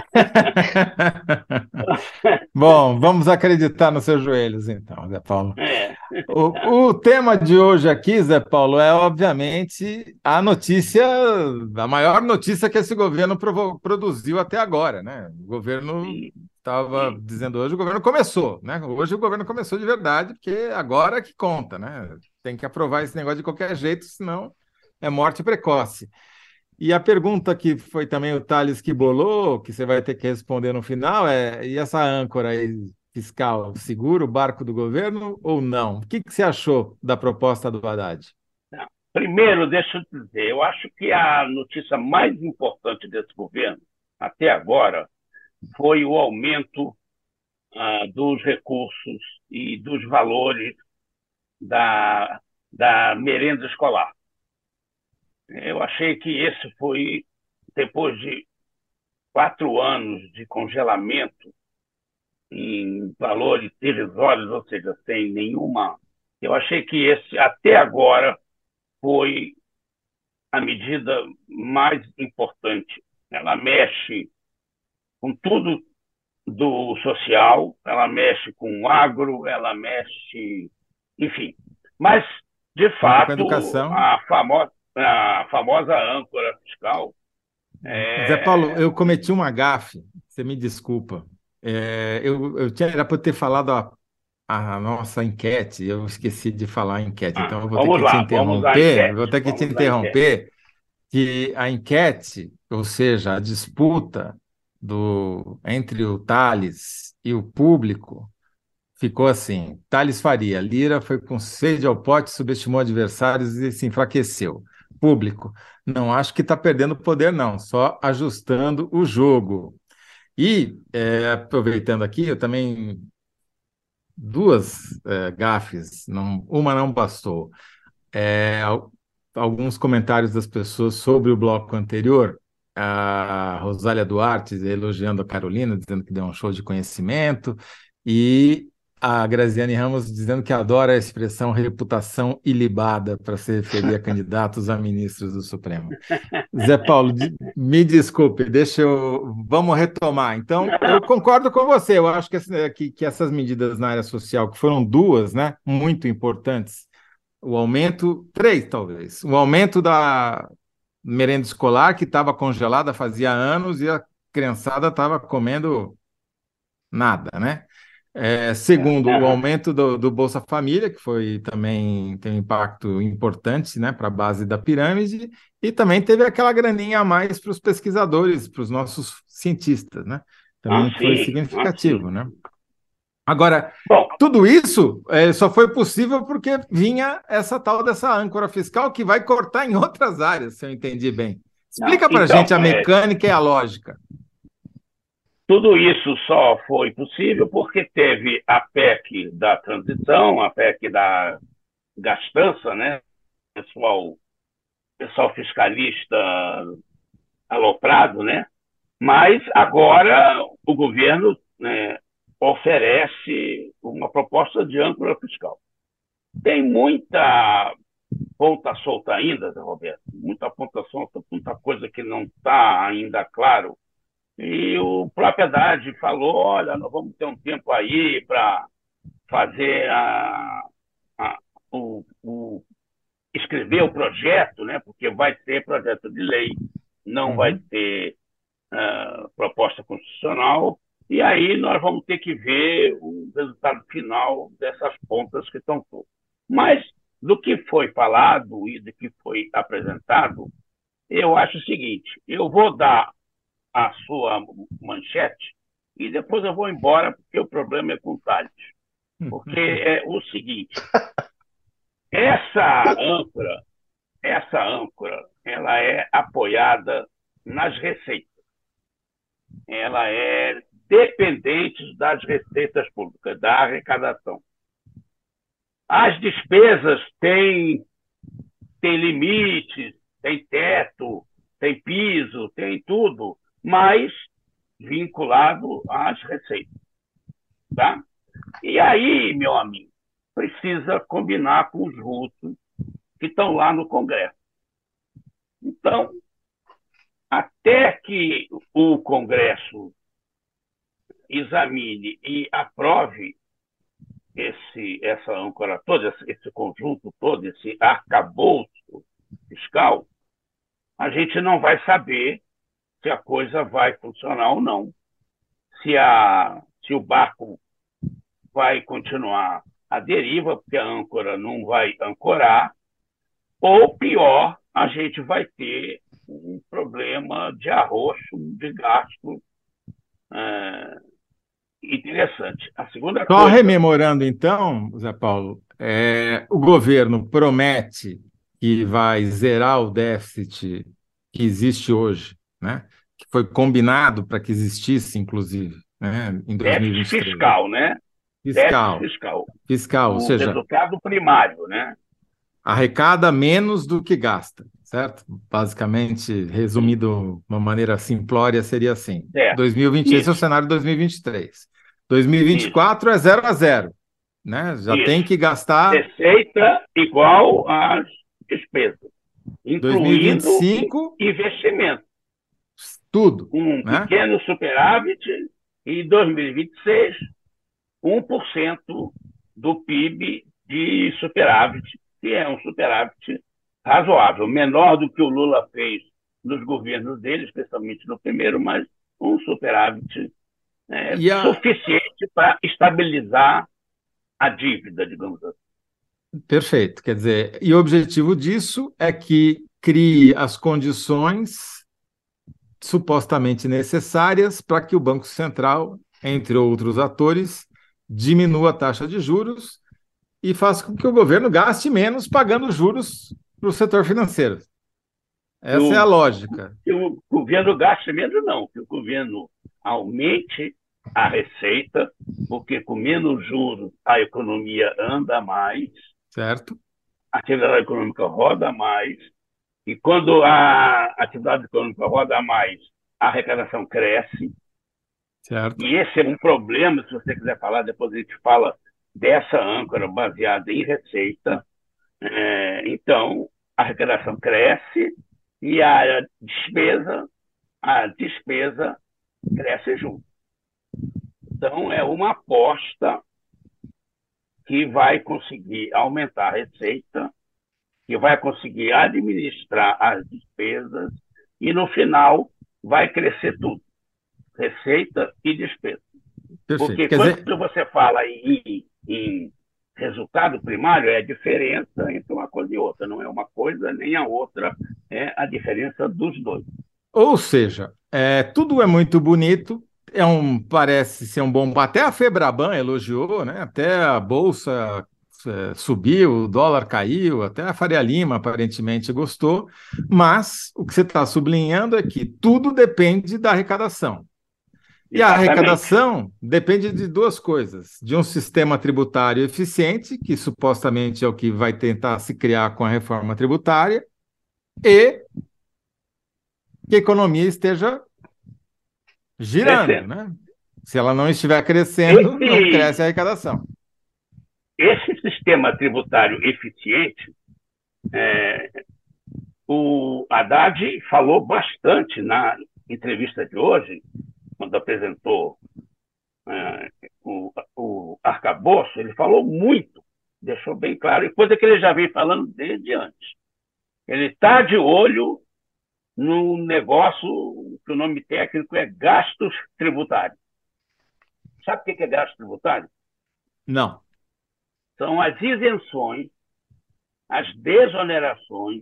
A: Bom, vamos acreditar nos seus joelhos, então, Zé Paulo.
D: É,
A: O, o tema de hoje aqui, Zé Paulo, é obviamente a notícia, a maior notícia que esse governo provo- produziu até agora, né? O governo
D: sim,
A: estava
D: sim.
A: dizendo hoje, o governo começou, né? Hoje o governo começou de verdade, porque agora é que conta, né? Tem que aprovar esse negócio de qualquer jeito, senão é morte precoce. E a pergunta que foi também o Thales que bolou, que você vai ter que responder no final, é: e essa âncora aí fiscal segura o barco do governo ou não? O que que você achou da proposta do Haddad?
D: Não. Primeiro, deixa eu dizer, eu acho que a notícia mais importante desse governo, até agora, foi o aumento ah, dos recursos e dos valores da, da merenda escolar. Eu achei que esse foi, depois de quatro anos de congelamento em valores irrisórios, ou seja, sem nenhuma. Eu achei que esse, até agora, foi a medida mais importante. Ela mexe com tudo do social, ela mexe com o agro, ela mexe, enfim. Mas, de
A: Mexe com a
D: fato,
A: educação.
D: a famosa, a famosa âncora fiscal
A: Zé Paulo,
D: é...
A: eu cometi uma gafe, você me desculpa. É, eu, eu tinha, era para ter falado a, a nossa enquete, eu esqueci de falar a enquete,
D: Ah,
A: então eu vou ter
D: vamos
A: que te
D: lá, vamos à
A: interromper, vou
D: enquete,
A: ter que te
D: vamos à enquete.
A: interromper, que a enquete, ou seja, a disputa do, entre o Thales e o público, ficou assim: Thales Faria, Lira foi com sede ao pote, subestimou adversários e se enfraqueceu. Público, não acho que está perdendo poder, não, só ajustando o jogo. E, é, aproveitando aqui, eu também, duas é, gafes, não, uma não bastou. É, al- alguns comentários das pessoas sobre o bloco anterior, a Rosália Duarte elogiando a Carolina, dizendo que deu um show de conhecimento, e a Graziane Ramos dizendo que adora a expressão reputação ilibada para se referir a candidatos a ministros do Supremo. Zé Paulo, de- me desculpe, deixa eu. Vamos retomar. Então, eu concordo com você. Eu acho que, essa- que, que essas medidas na área social, que foram duas, né, muito importantes, o aumento, três talvez, o aumento da merenda escolar, que estava congelada fazia anos e a criançada estava comendo nada, né? É, segundo, o
D: Aham.
A: aumento do, do Bolsa Família, que foi também tem um impacto importante, né, para a base da pirâmide, e também teve aquela graninha a mais para os pesquisadores, para os nossos cientistas, né?
D: Ah,
A: Também foi
D: sim, ah, sim.
A: significativo, né? Agora,
D: Bom,
A: tudo isso é, só foi possível porque vinha essa tal dessa âncora fiscal que vai cortar em outras áreas, se eu entendi bem.
D: não,
A: Explica para a
D: então,
A: gente a
D: é,
A: mecânica e a lógica.
D: tudo isso só foi possível porque teve a P E C da transição, a P E C da gastança, né? Pessoal, pessoal fiscalista aloprado, né? Mas agora o governo, né, oferece uma proposta de âncora fiscal. Tem muita ponta solta ainda, Zé Roberto, muita ponta solta, muita coisa que não está ainda claro. E o próprio Haddad falou: olha, nós vamos ter um tempo aí para fazer a, a, o, o, escrever o projeto, né? Porque vai ter projeto de lei, não vai
A: Uhum.
D: ter uh, proposta constitucional, e aí nós vamos ter que ver o resultado final dessas pontas que estão todas. Mas do que foi falado e do que foi apresentado, eu acho o seguinte: eu vou dar a sua manchete e depois eu vou embora, porque o problema é com o Thales. Porque é o seguinte: essa âncora, essa âncora, ela é apoiada nas receitas. Ela é dependente das receitas públicas, da arrecadação. As despesas têm, têm limites, têm teto, tem piso, tem tudo, mas vinculado às receitas. Tá? E aí, meu amigo, precisa combinar com os russos que estão lá no Congresso. Então, até que o Congresso examine e aprove esse, essa âncora toda, esse conjunto todo, esse arcabouço fiscal, a gente não vai saber se a coisa vai funcionar ou não, se, a, se o barco vai continuar à deriva, porque a âncora não vai ancorar, ou pior, a gente vai ter um problema de arroxo, de gasto é, interessante. A segunda
A: Só
D: coisa...
A: rememorando, então, Zé Paulo, é, o governo promete que vai zerar o déficit que existe hoje, né? que foi combinado para que existisse, inclusive, né, em
D: Déficit
A: dois mil e vinte e três.
D: fiscal, né? Déficit
A: Fiscal,
D: fiscal.
A: fiscal, ou
D: O
A: seja,
D: resultado primário, né?
A: arrecada menos do que gasta, certo? Basicamente,
D: Sim,
A: resumido de uma maneira simplória, seria assim.
D: certo.
A: dois mil e vinte, esse é o
D: Isso,
A: cenário de dois mil e vinte e três.
D: isso,
A: dois mil e vinte e quatro é zero a zero, né? Já tem
D: isso.
A: que gastar.
D: Receita igual às despesas, incluindo i-
A: dois mil e vinte e cinco,
D: investimento.
A: tudo,
D: Um
A: né?
D: pequeno superávit e dois mil e vinte e seis, um por cento do P I B de superávit, que é um superávit razoável, menor do que o Lula fez nos governos dele, especialmente no primeiro, mas um superávit é,
A: E a...
D: suficiente para estabilizar a dívida, digamos assim.
A: Perfeito, quer dizer, e o objetivo disso é que crie as condições supostamente necessárias para que o Banco Central, entre outros atores, diminua a taxa de juros e faça com que o governo gaste menos pagando juros para o setor financeiro.
D: Que
A: Essa é a
D: o,
A: lógica.
D: que o governo gaste menos, não, que o governo aumente a receita, porque com menos juros a economia anda mais,
A: Certo?
D: a atividade econômica roda mais, e quando a atividade econômica roda mais, a arrecadação cresce,
A: Certo?
D: e esse é um problema, se você quiser falar, depois a gente fala dessa âncora baseada em receita. É, então, a arrecadação cresce e a despesa, a despesa cresce junto. Então, é uma aposta que vai conseguir aumentar a receita, que vai conseguir administrar as despesas e, no final, vai crescer tudo, receita e despesa.
A: Perfeito.
D: Porque
A: Quer
D: quando
A: dizer,
D: você fala em, em resultado primário, é a diferença entre uma coisa e outra. Não é uma coisa nem a outra, é a diferença dos dois.
A: ou seja, é, tudo é muito bonito, é um, parece ser um bom. Até a Febraban elogiou, né? Até a Bolsa é, subiu, o dólar caiu, até a Faria Lima aparentemente gostou, mas o que você está sublinhando é que tudo depende da arrecadação. E a
D: Exatamente.
A: arrecadação depende de duas coisas: de um sistema tributário eficiente, que supostamente é o que vai tentar se criar com a reforma tributária, e que a economia esteja girando,
D: Crescendo.
A: né? Se ela não estiver crescendo, não cresce a
D: Esse,
A: arrecadação.
D: esse sistema tributário eficiente, é, o Haddad falou bastante na entrevista de hoje, quando apresentou é, o, o arcabouço, ele falou muito, deixou bem claro, e coisa que ele já vem falando desde antes. Ele está de olho no negócio que o nome técnico é gastos tributários. Sabe o que é gasto tributário?
A: Não.
D: São as isenções, as desonerações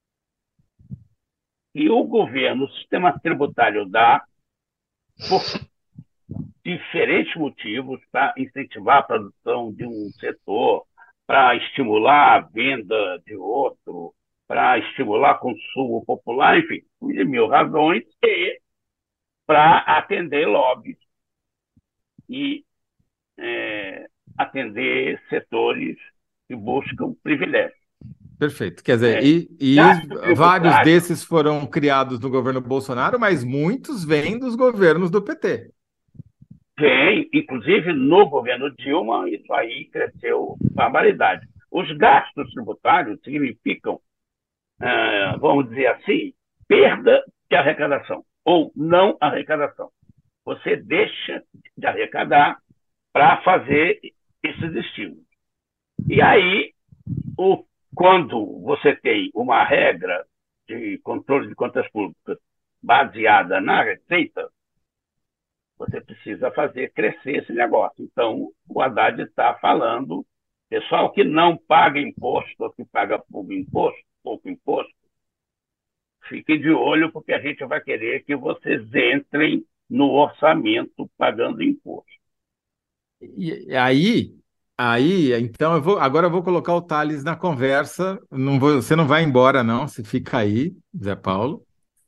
D: que o governo, o sistema tributário dá por diferentes motivos para incentivar a produção de um setor, para estimular a venda de outro, para estimular consumo popular, enfim, de mil razões, e para atender lobbies e é, atender setores que buscam privilégios.
A: Perfeito. Quer dizer,
D: É,
A: e, e
D: gasto
A: vários
D: tributário
A: desses foram criados no governo Bolsonaro, mas muitos vêm dos governos do P T.
D: vem, inclusive no governo Dilma, isso aí cresceu barbaridade. Os gastos tributários significam, ah, vamos dizer assim, perda de arrecadação ou não arrecadação. Você deixa de arrecadar para fazer esses estímulos. E aí, o, quando você tem uma regra de controle de contas públicas baseada na receita, você precisa fazer crescer esse negócio. Então, o Haddad está falando, pessoal que não paga imposto ou que paga pouco imposto, pouco imposto, fiquem de olho porque a gente vai querer que vocês entrem no orçamento pagando imposto.
A: E aí, aí, então eu vou, agora eu vou colocar o Thales na conversa. Não vou, você não vai embora, não. Você fica aí, Zé Paulo.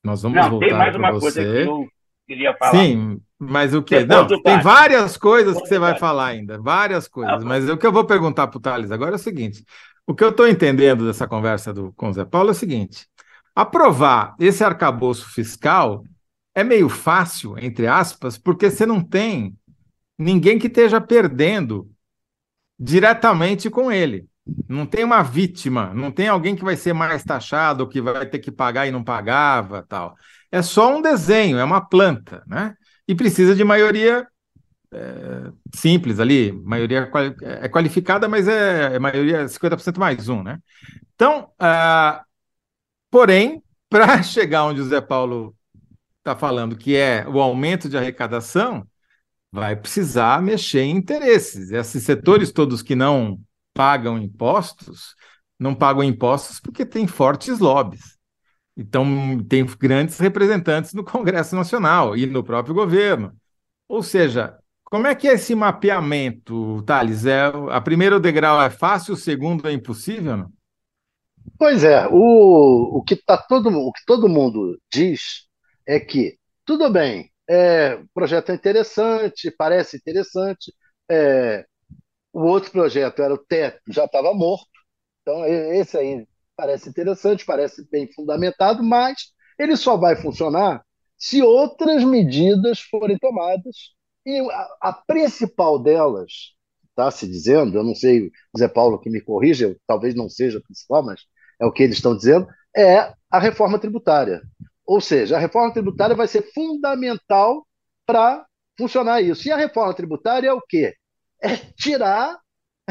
A: Nós vamos
D: Não, tem
A: voltar
D: mais
A: para
D: uma coisa que
A: você.
D: eu queria falar.
A: Sim, mas o quê?
D: Depois
A: Não,
D: do
A: tem
D: Thales.
A: várias coisas que
D: Depois
A: você
D: do
A: vai
D: Thales.
A: falar ainda, várias
D: Ah,
A: coisas. Mas o que eu vou perguntar para o Thales agora é o seguinte: o que eu estou entendendo dessa conversa do, com o Zé Paulo é o seguinte: aprovar esse arcabouço fiscal é meio fácil, entre aspas, porque você não tem ninguém que esteja perdendo diretamente com ele. Não tem uma vítima, não tem alguém que vai ser mais taxado, ou que vai ter que pagar e não pagava, tal. É só um desenho, é uma planta, né? E precisa de maioria é, simples ali, maioria quali- é qualificada, mas é, é maioria cinquenta por cento mais um, né? Então, ah, porém, para chegar onde o Zé Paulo está falando, que é o aumento de arrecadação, vai precisar mexer em interesses. Esses setores todos que não pagam impostos, não pagam impostos porque tem fortes lobbies. Então, tem grandes representantes no Congresso Nacional e no próprio governo. Ou seja, como é que é esse mapeamento, Thales? É, a primeiro degrau é fácil, o segundo é impossível, não?
B: Pois é, o, o que tá todo, o que todo mundo diz é que, tudo bem, é, o projeto é interessante, parece interessante, é, o outro projeto era o teto, já estava morto, então e- esse aí parece interessante, parece bem fundamentado, mas ele só vai funcionar se outras medidas forem tomadas, e a, a principal delas, está se dizendo, eu não sei, o Zé Paulo que me corrija, eu, talvez não seja a principal, mas é o que eles estão dizendo, é a reforma tributária. Ou seja, a reforma tributária vai ser fundamental para funcionar isso. E a reforma tributária é o quê? É tirar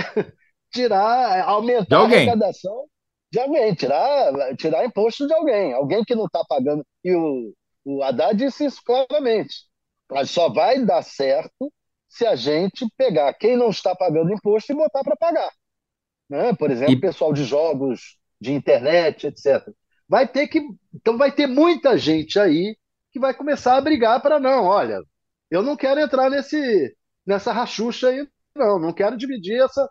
B: tirar,
A: De
B: aumentar a
A: alguém.
B: arrecadação de alguém, tirar, tirar imposto de alguém, alguém que não está pagando. E o, o Haddad disse isso claramente. Mas só vai dar certo se a gente pegar quem não está pagando imposto e botar para pagar. Né? Por exemplo,
A: E,
B: pessoal de jogos, de internet, etcétera. Vai ter que. Então vai ter muita gente aí que vai começar a brigar para não, olha, eu não quero entrar nesse, nessa rachucha aí, não, não quero dividir essa.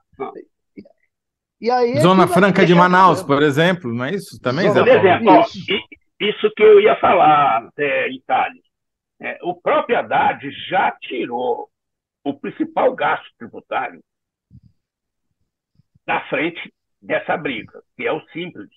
B: E aí é que
A: Zona
B: vai,
A: Franca de
B: esse é o
A: Manaus,
B: problema.
A: por exemplo, não é isso também, Zé
B: Zona
D: por
B: Franca.
A: Paulo?
D: exemplo, ó,
B: Isso.
D: i- isso que eu ia falar, é, Itália. É, o próprio Haddad já tirou o principal gasto tributário da frente dessa briga, que é o simples.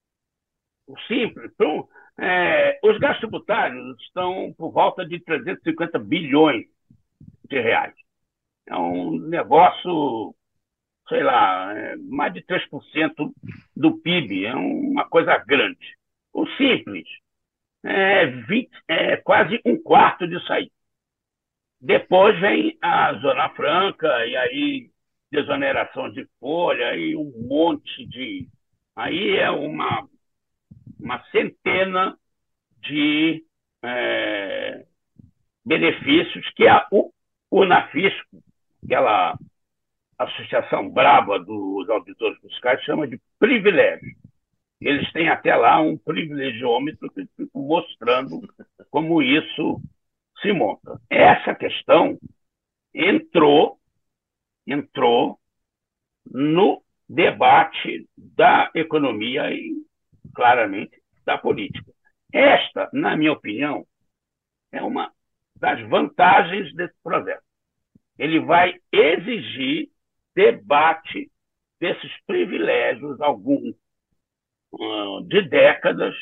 D: O simples. Então, é, os gastos tributários estão por volta de trezentos e cinquenta bilhões de reais. É um negócio, sei lá, é mais de três por cento do P I B, é uma coisa grande. O simples é, vinte, é quase um quarto disso aí. Depois vem a Zona Franca, e aí desoneração de folha, e um monte de. Aí é uma, uma centena de é, benefícios que a o, Unafisco, aquela associação braba dos auditores fiscais, chama de privilégio. Eles têm até lá um privilegiômetro que fica mostrando como isso se monta. Essa questão entrou, entrou no debate da economia e, claramente, da política. Esta, na minha opinião, é uma das vantagens desse projeto. Ele vai exigir debate desses privilégios, alguns uh, de décadas,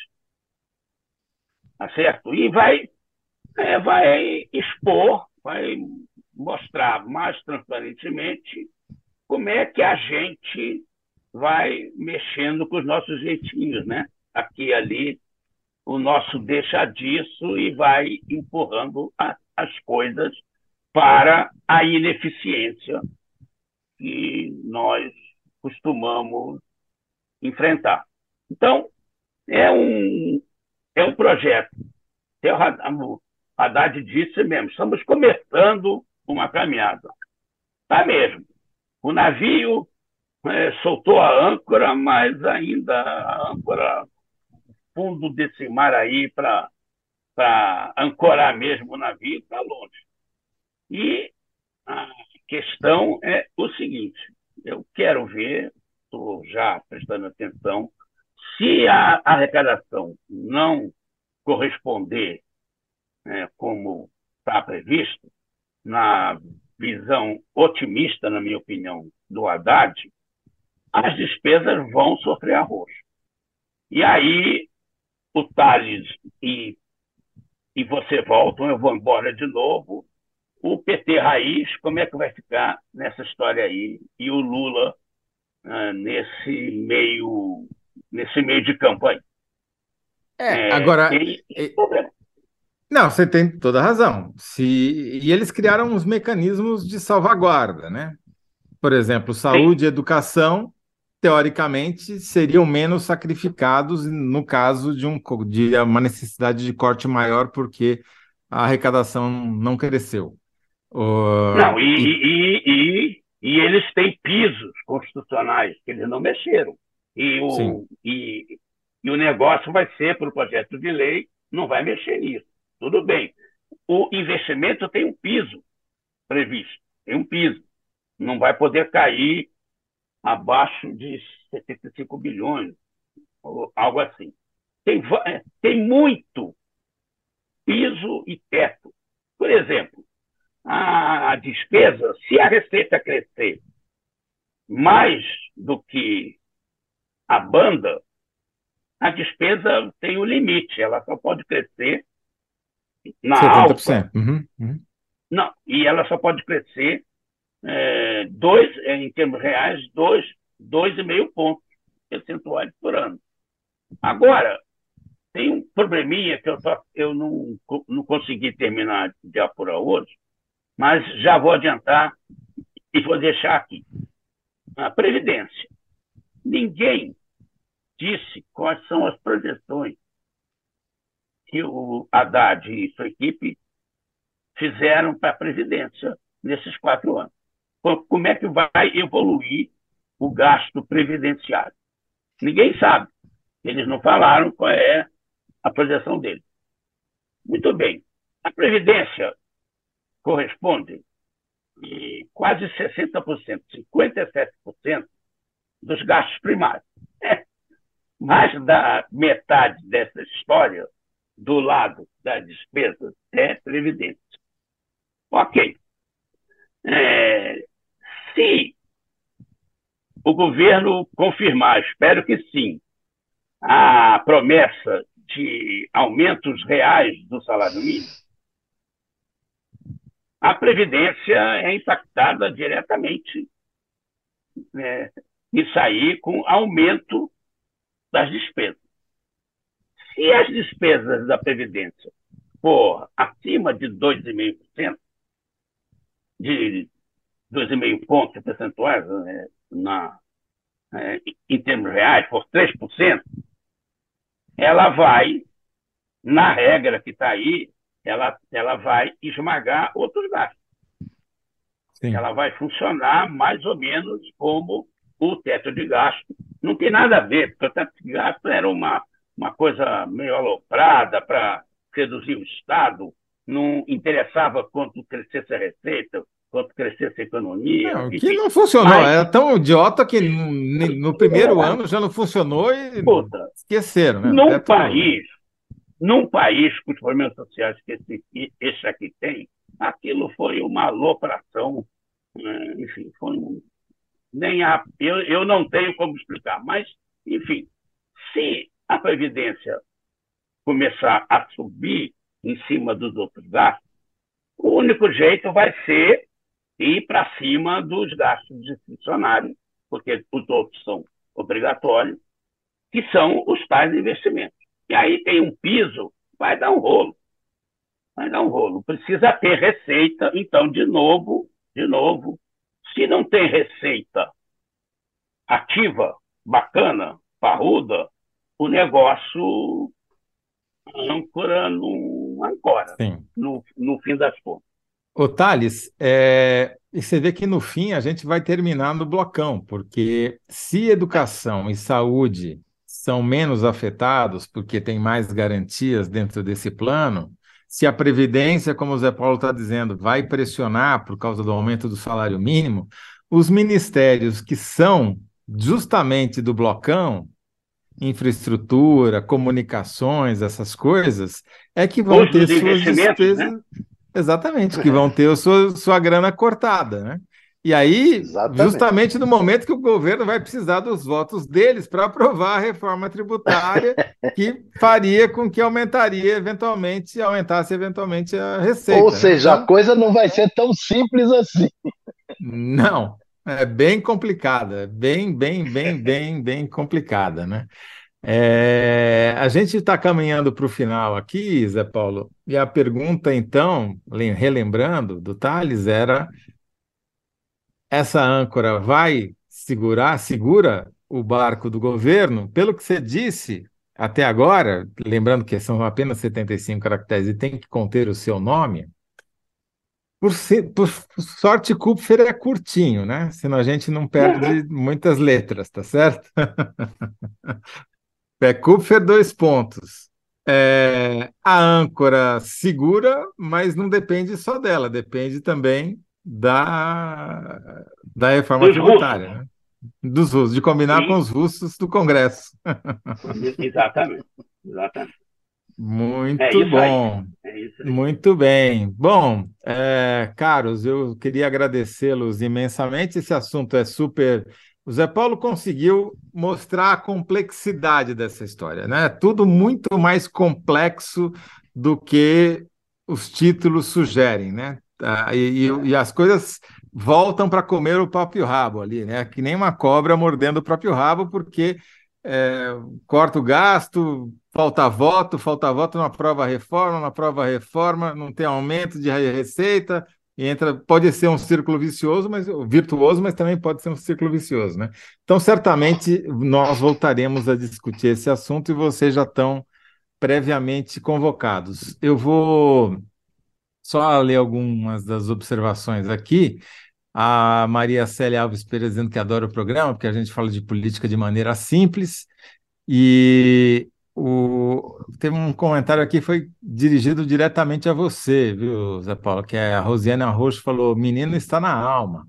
D: tá certo? E vai, é, vai expor, vai mostrar mais transparentemente como é que a gente vai mexendo com os nossos jeitinhos, né? Aqui e ali, o nosso deixa disso e vai empurrando a, as coisas para a ineficiência que nós costumamos enfrentar. Então, é um, é um projeto. O Haddad disse mesmo, estamos começando uma caminhada. Tá mesmo. O navio é, soltou a âncora, mas ainda a âncora, fundo desse mar aí, para ancorar mesmo o navio, está longe. E a questão é o seguinte: eu quero ver, estou já prestando atenção, se a arrecadação não corresponder, é, como está previsto, na visão otimista, na minha opinião, do Haddad, as despesas vão sofrer arroz. E aí o Tales e, e você voltam, eu vou embora de novo. O P T raiz, como é que vai ficar nessa história aí? E o Lula ah, nesse meio, nesse meio de campo aí.
A: É,
D: É,
A: agora,
D: tem
A: é,
D: problema.
A: não, você tem toda a razão. Se, e eles criaram uns mecanismos de salvaguarda, né? Por exemplo,
D: Sim,
A: saúde e educação, teoricamente, seriam menos sacrificados no caso de, um, co- de uma necessidade de corte maior, porque a arrecadação não cresceu.
D: não,
A: O-
D: e,
A: e,
D: e, e, e eles têm pisos constitucionais que eles não mexeram. E
A: sim,
D: o, e, e o negócio vai ser, para o projeto de lei, não vai mexer nisso. Tudo bem. O investimento tem um piso previsto, tem um piso. Não vai poder cair abaixo de setenta e cinco bilhões, ou algo assim. Tem, va- tem muito piso e teto. Por exemplo, a despesa, se a receita crescer mais do que a banda, a despesa tem um limite, ela só pode crescer na alta,
A: setenta por cento. Uhum, uhum.
D: não, e ela só pode crescer é, dois, em termos reais, dois, dois e meio pontos percentuais por ano. Agora, tem um probleminha que eu, só, eu não, não consegui terminar de apurar hoje, mas já vou adiantar e vou deixar aqui. A Previdência. Ninguém disse quais são as projeções que o Haddad e sua equipe fizeram para a Previdência nesses quatro anos. Como é que vai evoluir o gasto previdenciário? Ninguém sabe. Eles não falaram qual é a projeção deles. Muito bem. A Previdência corresponde a quase sessenta por cento, cinquenta e sete por cento dos gastos primários. É, mais da metade dessa história, do lado das despesas, é Previdência. Ok. É, se o governo confirmar, espero que sim, a promessa de aumentos reais do salário mínimo, a Previdência é impactada diretamente, né, nisso aí, com aumento das despesas. Se as despesas da Previdência for acima de dois vírgula cinco por cento, de dois vírgula cinco pontos percentuais, né, na, é, em termos reais, por três por cento, ela vai, na regra que está aí, ela, ela vai esmagar outros gastos.
A: Sim.
D: Ela vai funcionar mais ou menos como o teto de gasto. Não tem nada a ver, porque o teto de gasto era uma, uma coisa meio aloprada para reduzir o Estado, não interessava quanto crescesse a receita, quanto crescesse a economia,
A: Não, que
D: enfim.
A: não funcionou.
D: Mas,
A: Era tão idiota que no, no primeiro ano já não funcionou e
D: puta,
A: esqueceram, né? O
D: num
A: teto.
D: país, num país com os problemas sociais que esse, esse aqui tem, aquilo foi uma alopração, né? Enfim, foi um, nem a, eu, eu não tenho como explicar, mas, enfim, se a Previdência começar a subir em cima dos outros gastos, o único jeito vai ser ir para cima dos gastos discricionários, porque os outros são obrigatórios, que são os tais investimentos. E aí tem um piso, vai dar um rolo. Vai dar um rolo. Precisa ter receita, então, de novo, de novo, se não tem receita ativa, bacana, parruda, o negócio âncora não ancora,
A: Sim.
D: no, no fim das contas.
A: Ô, Thales, é, e você vê que no fim a gente vai terminar no blocão, porque se educação e saúde são menos afetados, porque tem mais garantias dentro desse plano, se a Previdência, como o Zé Paulo está dizendo, vai pressionar por causa do aumento do salário mínimo, os ministérios que são justamente do blocão infraestrutura, comunicações, essas coisas, é que vão
D: Custo
A: ter
D: dos
A: suas
D: investimentos, né?
A: despesas, exatamente, que vão ter a sua, sua grana cortada, né? E aí,
B: Exatamente.
A: justamente no momento que o governo vai precisar dos votos deles para aprovar a reforma tributária, que faria com que aumentaria eventualmente, aumentasse eventualmente a
B: Ou
A: receita, né?
B: seja, a
A: Então,
B: coisa não vai ser tão simples assim.
A: não, é bem complicada, bem, bem, bem, bem, bem complicada, né? É, a gente está caminhando para o final aqui, Zé Paulo, e a pergunta, então, lem- relembrando do Thales, era: essa âncora vai segurar, segura o barco do governo? Pelo que você disse até agora, lembrando que são apenas setenta e cinco caracteres e tem que conter o seu nome, por, se- por sorte, Kupfer é curtinho, né? Senão a gente não perde muitas letras, tá certo? É Kupfer, dois pontos. É, a âncora segura, mas não depende só dela, depende também da, da reforma
D: Dos russos.
A: tributária, né? Dos russos, de combinar com
D: E,
A: os russos do Congresso.
D: exatamente. Exatamente. É
A: Muito
D: isso aí.
A: bom,
D: É isso aí.
A: muito bem. Bom, é, caros, eu queria agradecê-los imensamente. Esse assunto é super. O Zé Paulo conseguiu mostrar a complexidade dessa história, né? Tudo muito mais complexo do que os títulos sugerem, né? Ah, e, e- e as coisas voltam para comer o próprio rabo ali, né? Que nem uma cobra mordendo o próprio rabo, porque é, corta o gasto, falta voto, falta voto na prova reforma, na prova reforma, não tem aumento de receita, e entra, pode ser um círculo vicioso, mas virtuoso, mas também pode ser um círculo vicioso, né? Então, certamente nós voltaremos a discutir esse assunto e vocês já estão previamente convocados. Eu vou só ler algumas das observações aqui. A Maria Célia Alves Pereira dizendo que adora o programa, porque a gente fala de política de maneira simples. E o... teve um comentário aqui que foi dirigido diretamente a você, viu, Zé Paulo? Que é a Rosiana Rocha falou: menino está na alma.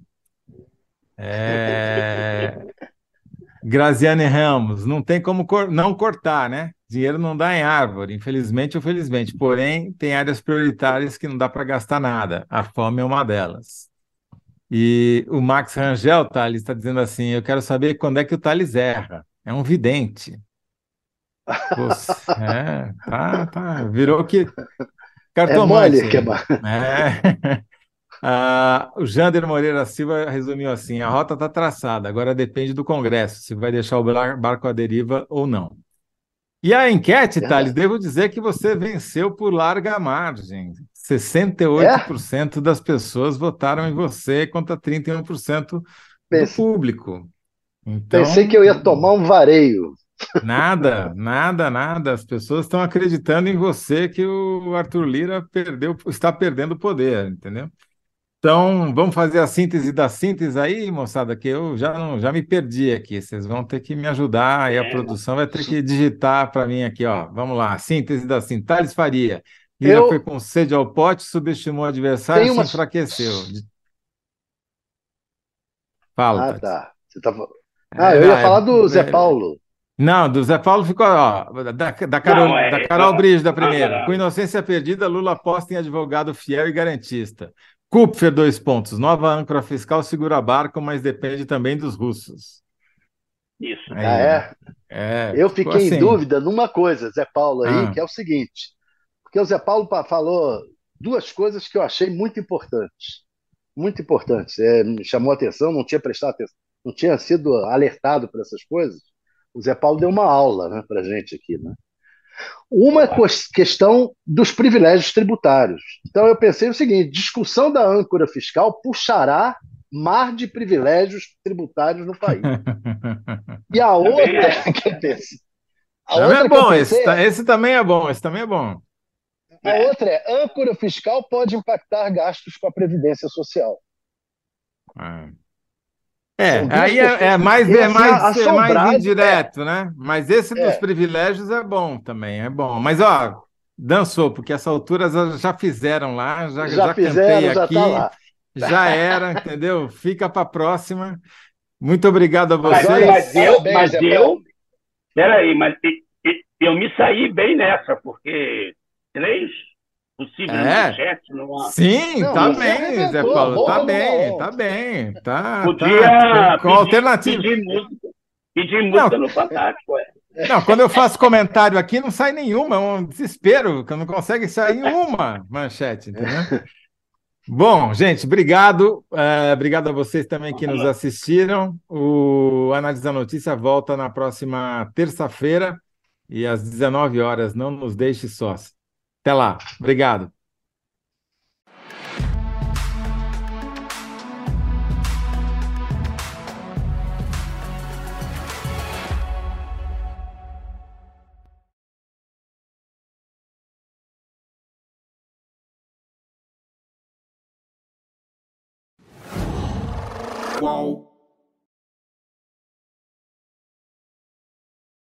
A: É... Graziane Ramos, não tem como cor- não cortar, né? Dinheiro não dá em árvore, infelizmente ou felizmente. Porém, tem áreas prioritárias que não dá para gastar nada. A fome é uma delas. E o Max Rangel, Thales, está dizendo assim: eu quero saber quando é que o Thales erra. É um vidente. Você, é, tá, tá. Virou que
B: É mole
A: cartomante
B: que é
A: aí.
B: mole.
A: É. Ah, o Jander Moreira Silva resumiu assim: a rota está traçada, agora depende do Congresso, se vai deixar o bar- barco à deriva ou não. E a enquete, Thales,
B: Verdade.
A: devo dizer que você venceu por larga margem. sessenta e oito
B: É?
A: por cento das pessoas votaram em você contra trinta e um por cento do
B: Pense-
A: público.
B: Pensei que
A: Então,
B: eu ia tomar um vareio.
A: nada, nada, nada. As pessoas estão acreditando em você que o Arthur Lira perdeu, está perdendo o poder, entendeu? Então, vamos fazer a síntese da síntese aí, moçada, que eu já não, já me perdi aqui. Vocês vão ter que me ajudar e a
D: É,
A: produção vai ter que digitar para mim aqui, ó. Vamos lá, síntese da síntese. Thales Faria. Lira foi
B: Eu
A: com sede ao pote, subestimou o adversário,
B: tenho
A: se
B: uma.
A: enfraqueceu. Fala,
B: Ah,
A: Thales.
B: tá. Você tava... Ah,
A: É,
B: eu
A: não,
B: ia
A: é,
B: falar do Zé
A: é,
B: Paulo.
A: não, do Zé Paulo ficou, ó, da, da,
D: não,
A: Carol, da
D: é.
A: Carol
D: Ó,
A: Brígida primeiro. Com
D: agora,
A: inocência perdida, Lula aposta em advogado fiel e garantista. Kupfer, dois pontos. Nova âncora fiscal segura barco, mas depende também dos russos.
D: isso.
B: Ah,
A: Aí, ó.
B: é?
A: É,
B: Eu
A: ficou
B: fiquei em
A: assim.
B: dúvida numa coisa, Zé Paulo aí,
A: Ah,
B: que é o seguinte. Porque o Zé Paulo pa- falou duas coisas que eu achei muito importantes. Muito importantes. É, me chamou a atenção, não tinha prestado atenção, não tinha sido alertado para essas coisas. O Zé Paulo deu uma aula, né, para gente aqui, né? Uma
D: Opa.
B: quest- questão dos privilégios tributários. Então eu pensei o seguinte: discussão da âncora fiscal puxará mar de privilégios tributários no país. E a
D: Também
B: outra
D: acho.
B: que eu pensei, a
A: também é
B: outra que eu
A: bom, esse,
B: pensei
A: ta-
B: é,
A: esse também é bom, esse também é bom.
B: a
D: É,
B: outra é âncora fiscal pode impactar gastos com a previdência social.
A: Ah.
B: São
A: É,
B: duas
A: aí é,
B: questões
A: é
B: que
A: mais,
B: fiquei
A: é
B: assim
A: mais, é mais
B: assombrado. É,
A: indireto, né? Mas esse dos
B: é.
A: privilégios é bom também, é bom. Mas, ó, dançou, porque essa altura já já fizeram lá, já,
B: Já
A: já cantei
B: fizeram, já está
A: aqui,
B: lá.
A: já era, entendeu? Fica para a próxima. Muito obrigado a
B: Mas
D: mas,
B: olha,
A: vocês.
D: mas eu,
B: parabéns,
D: mas
B: Zé
D: eu,
B: Paulo.
D: Peraí, mas e- e- eu me saí bem nessa, porque três possíveis
A: É,
D: manchetes numa.
A: sim,
B: Não,
A: tá
B: você
A: bem, Zé
B: arrebentou,
A: Paulo, tá
B: boa como uma
A: bem, tá
B: onça.
A: bem, tá, tá, com,
D: Podia
A: com
D: pedir,
A: alternativa.
D: pedir música, pedir música
A: Não,
D: no Fantástico, ué.
A: não, quando eu faço comentário aqui, não sai nenhuma, é um desespero, que não consegue sair uma manchete, entendeu? Bom, gente, obrigado. eh, obrigado a vocês também que nos assistiram. O Análise da Notícia volta na próxima terça-feira e às dezenove horas. Não nos deixe sós. Até lá. Obrigado.
E: Qual?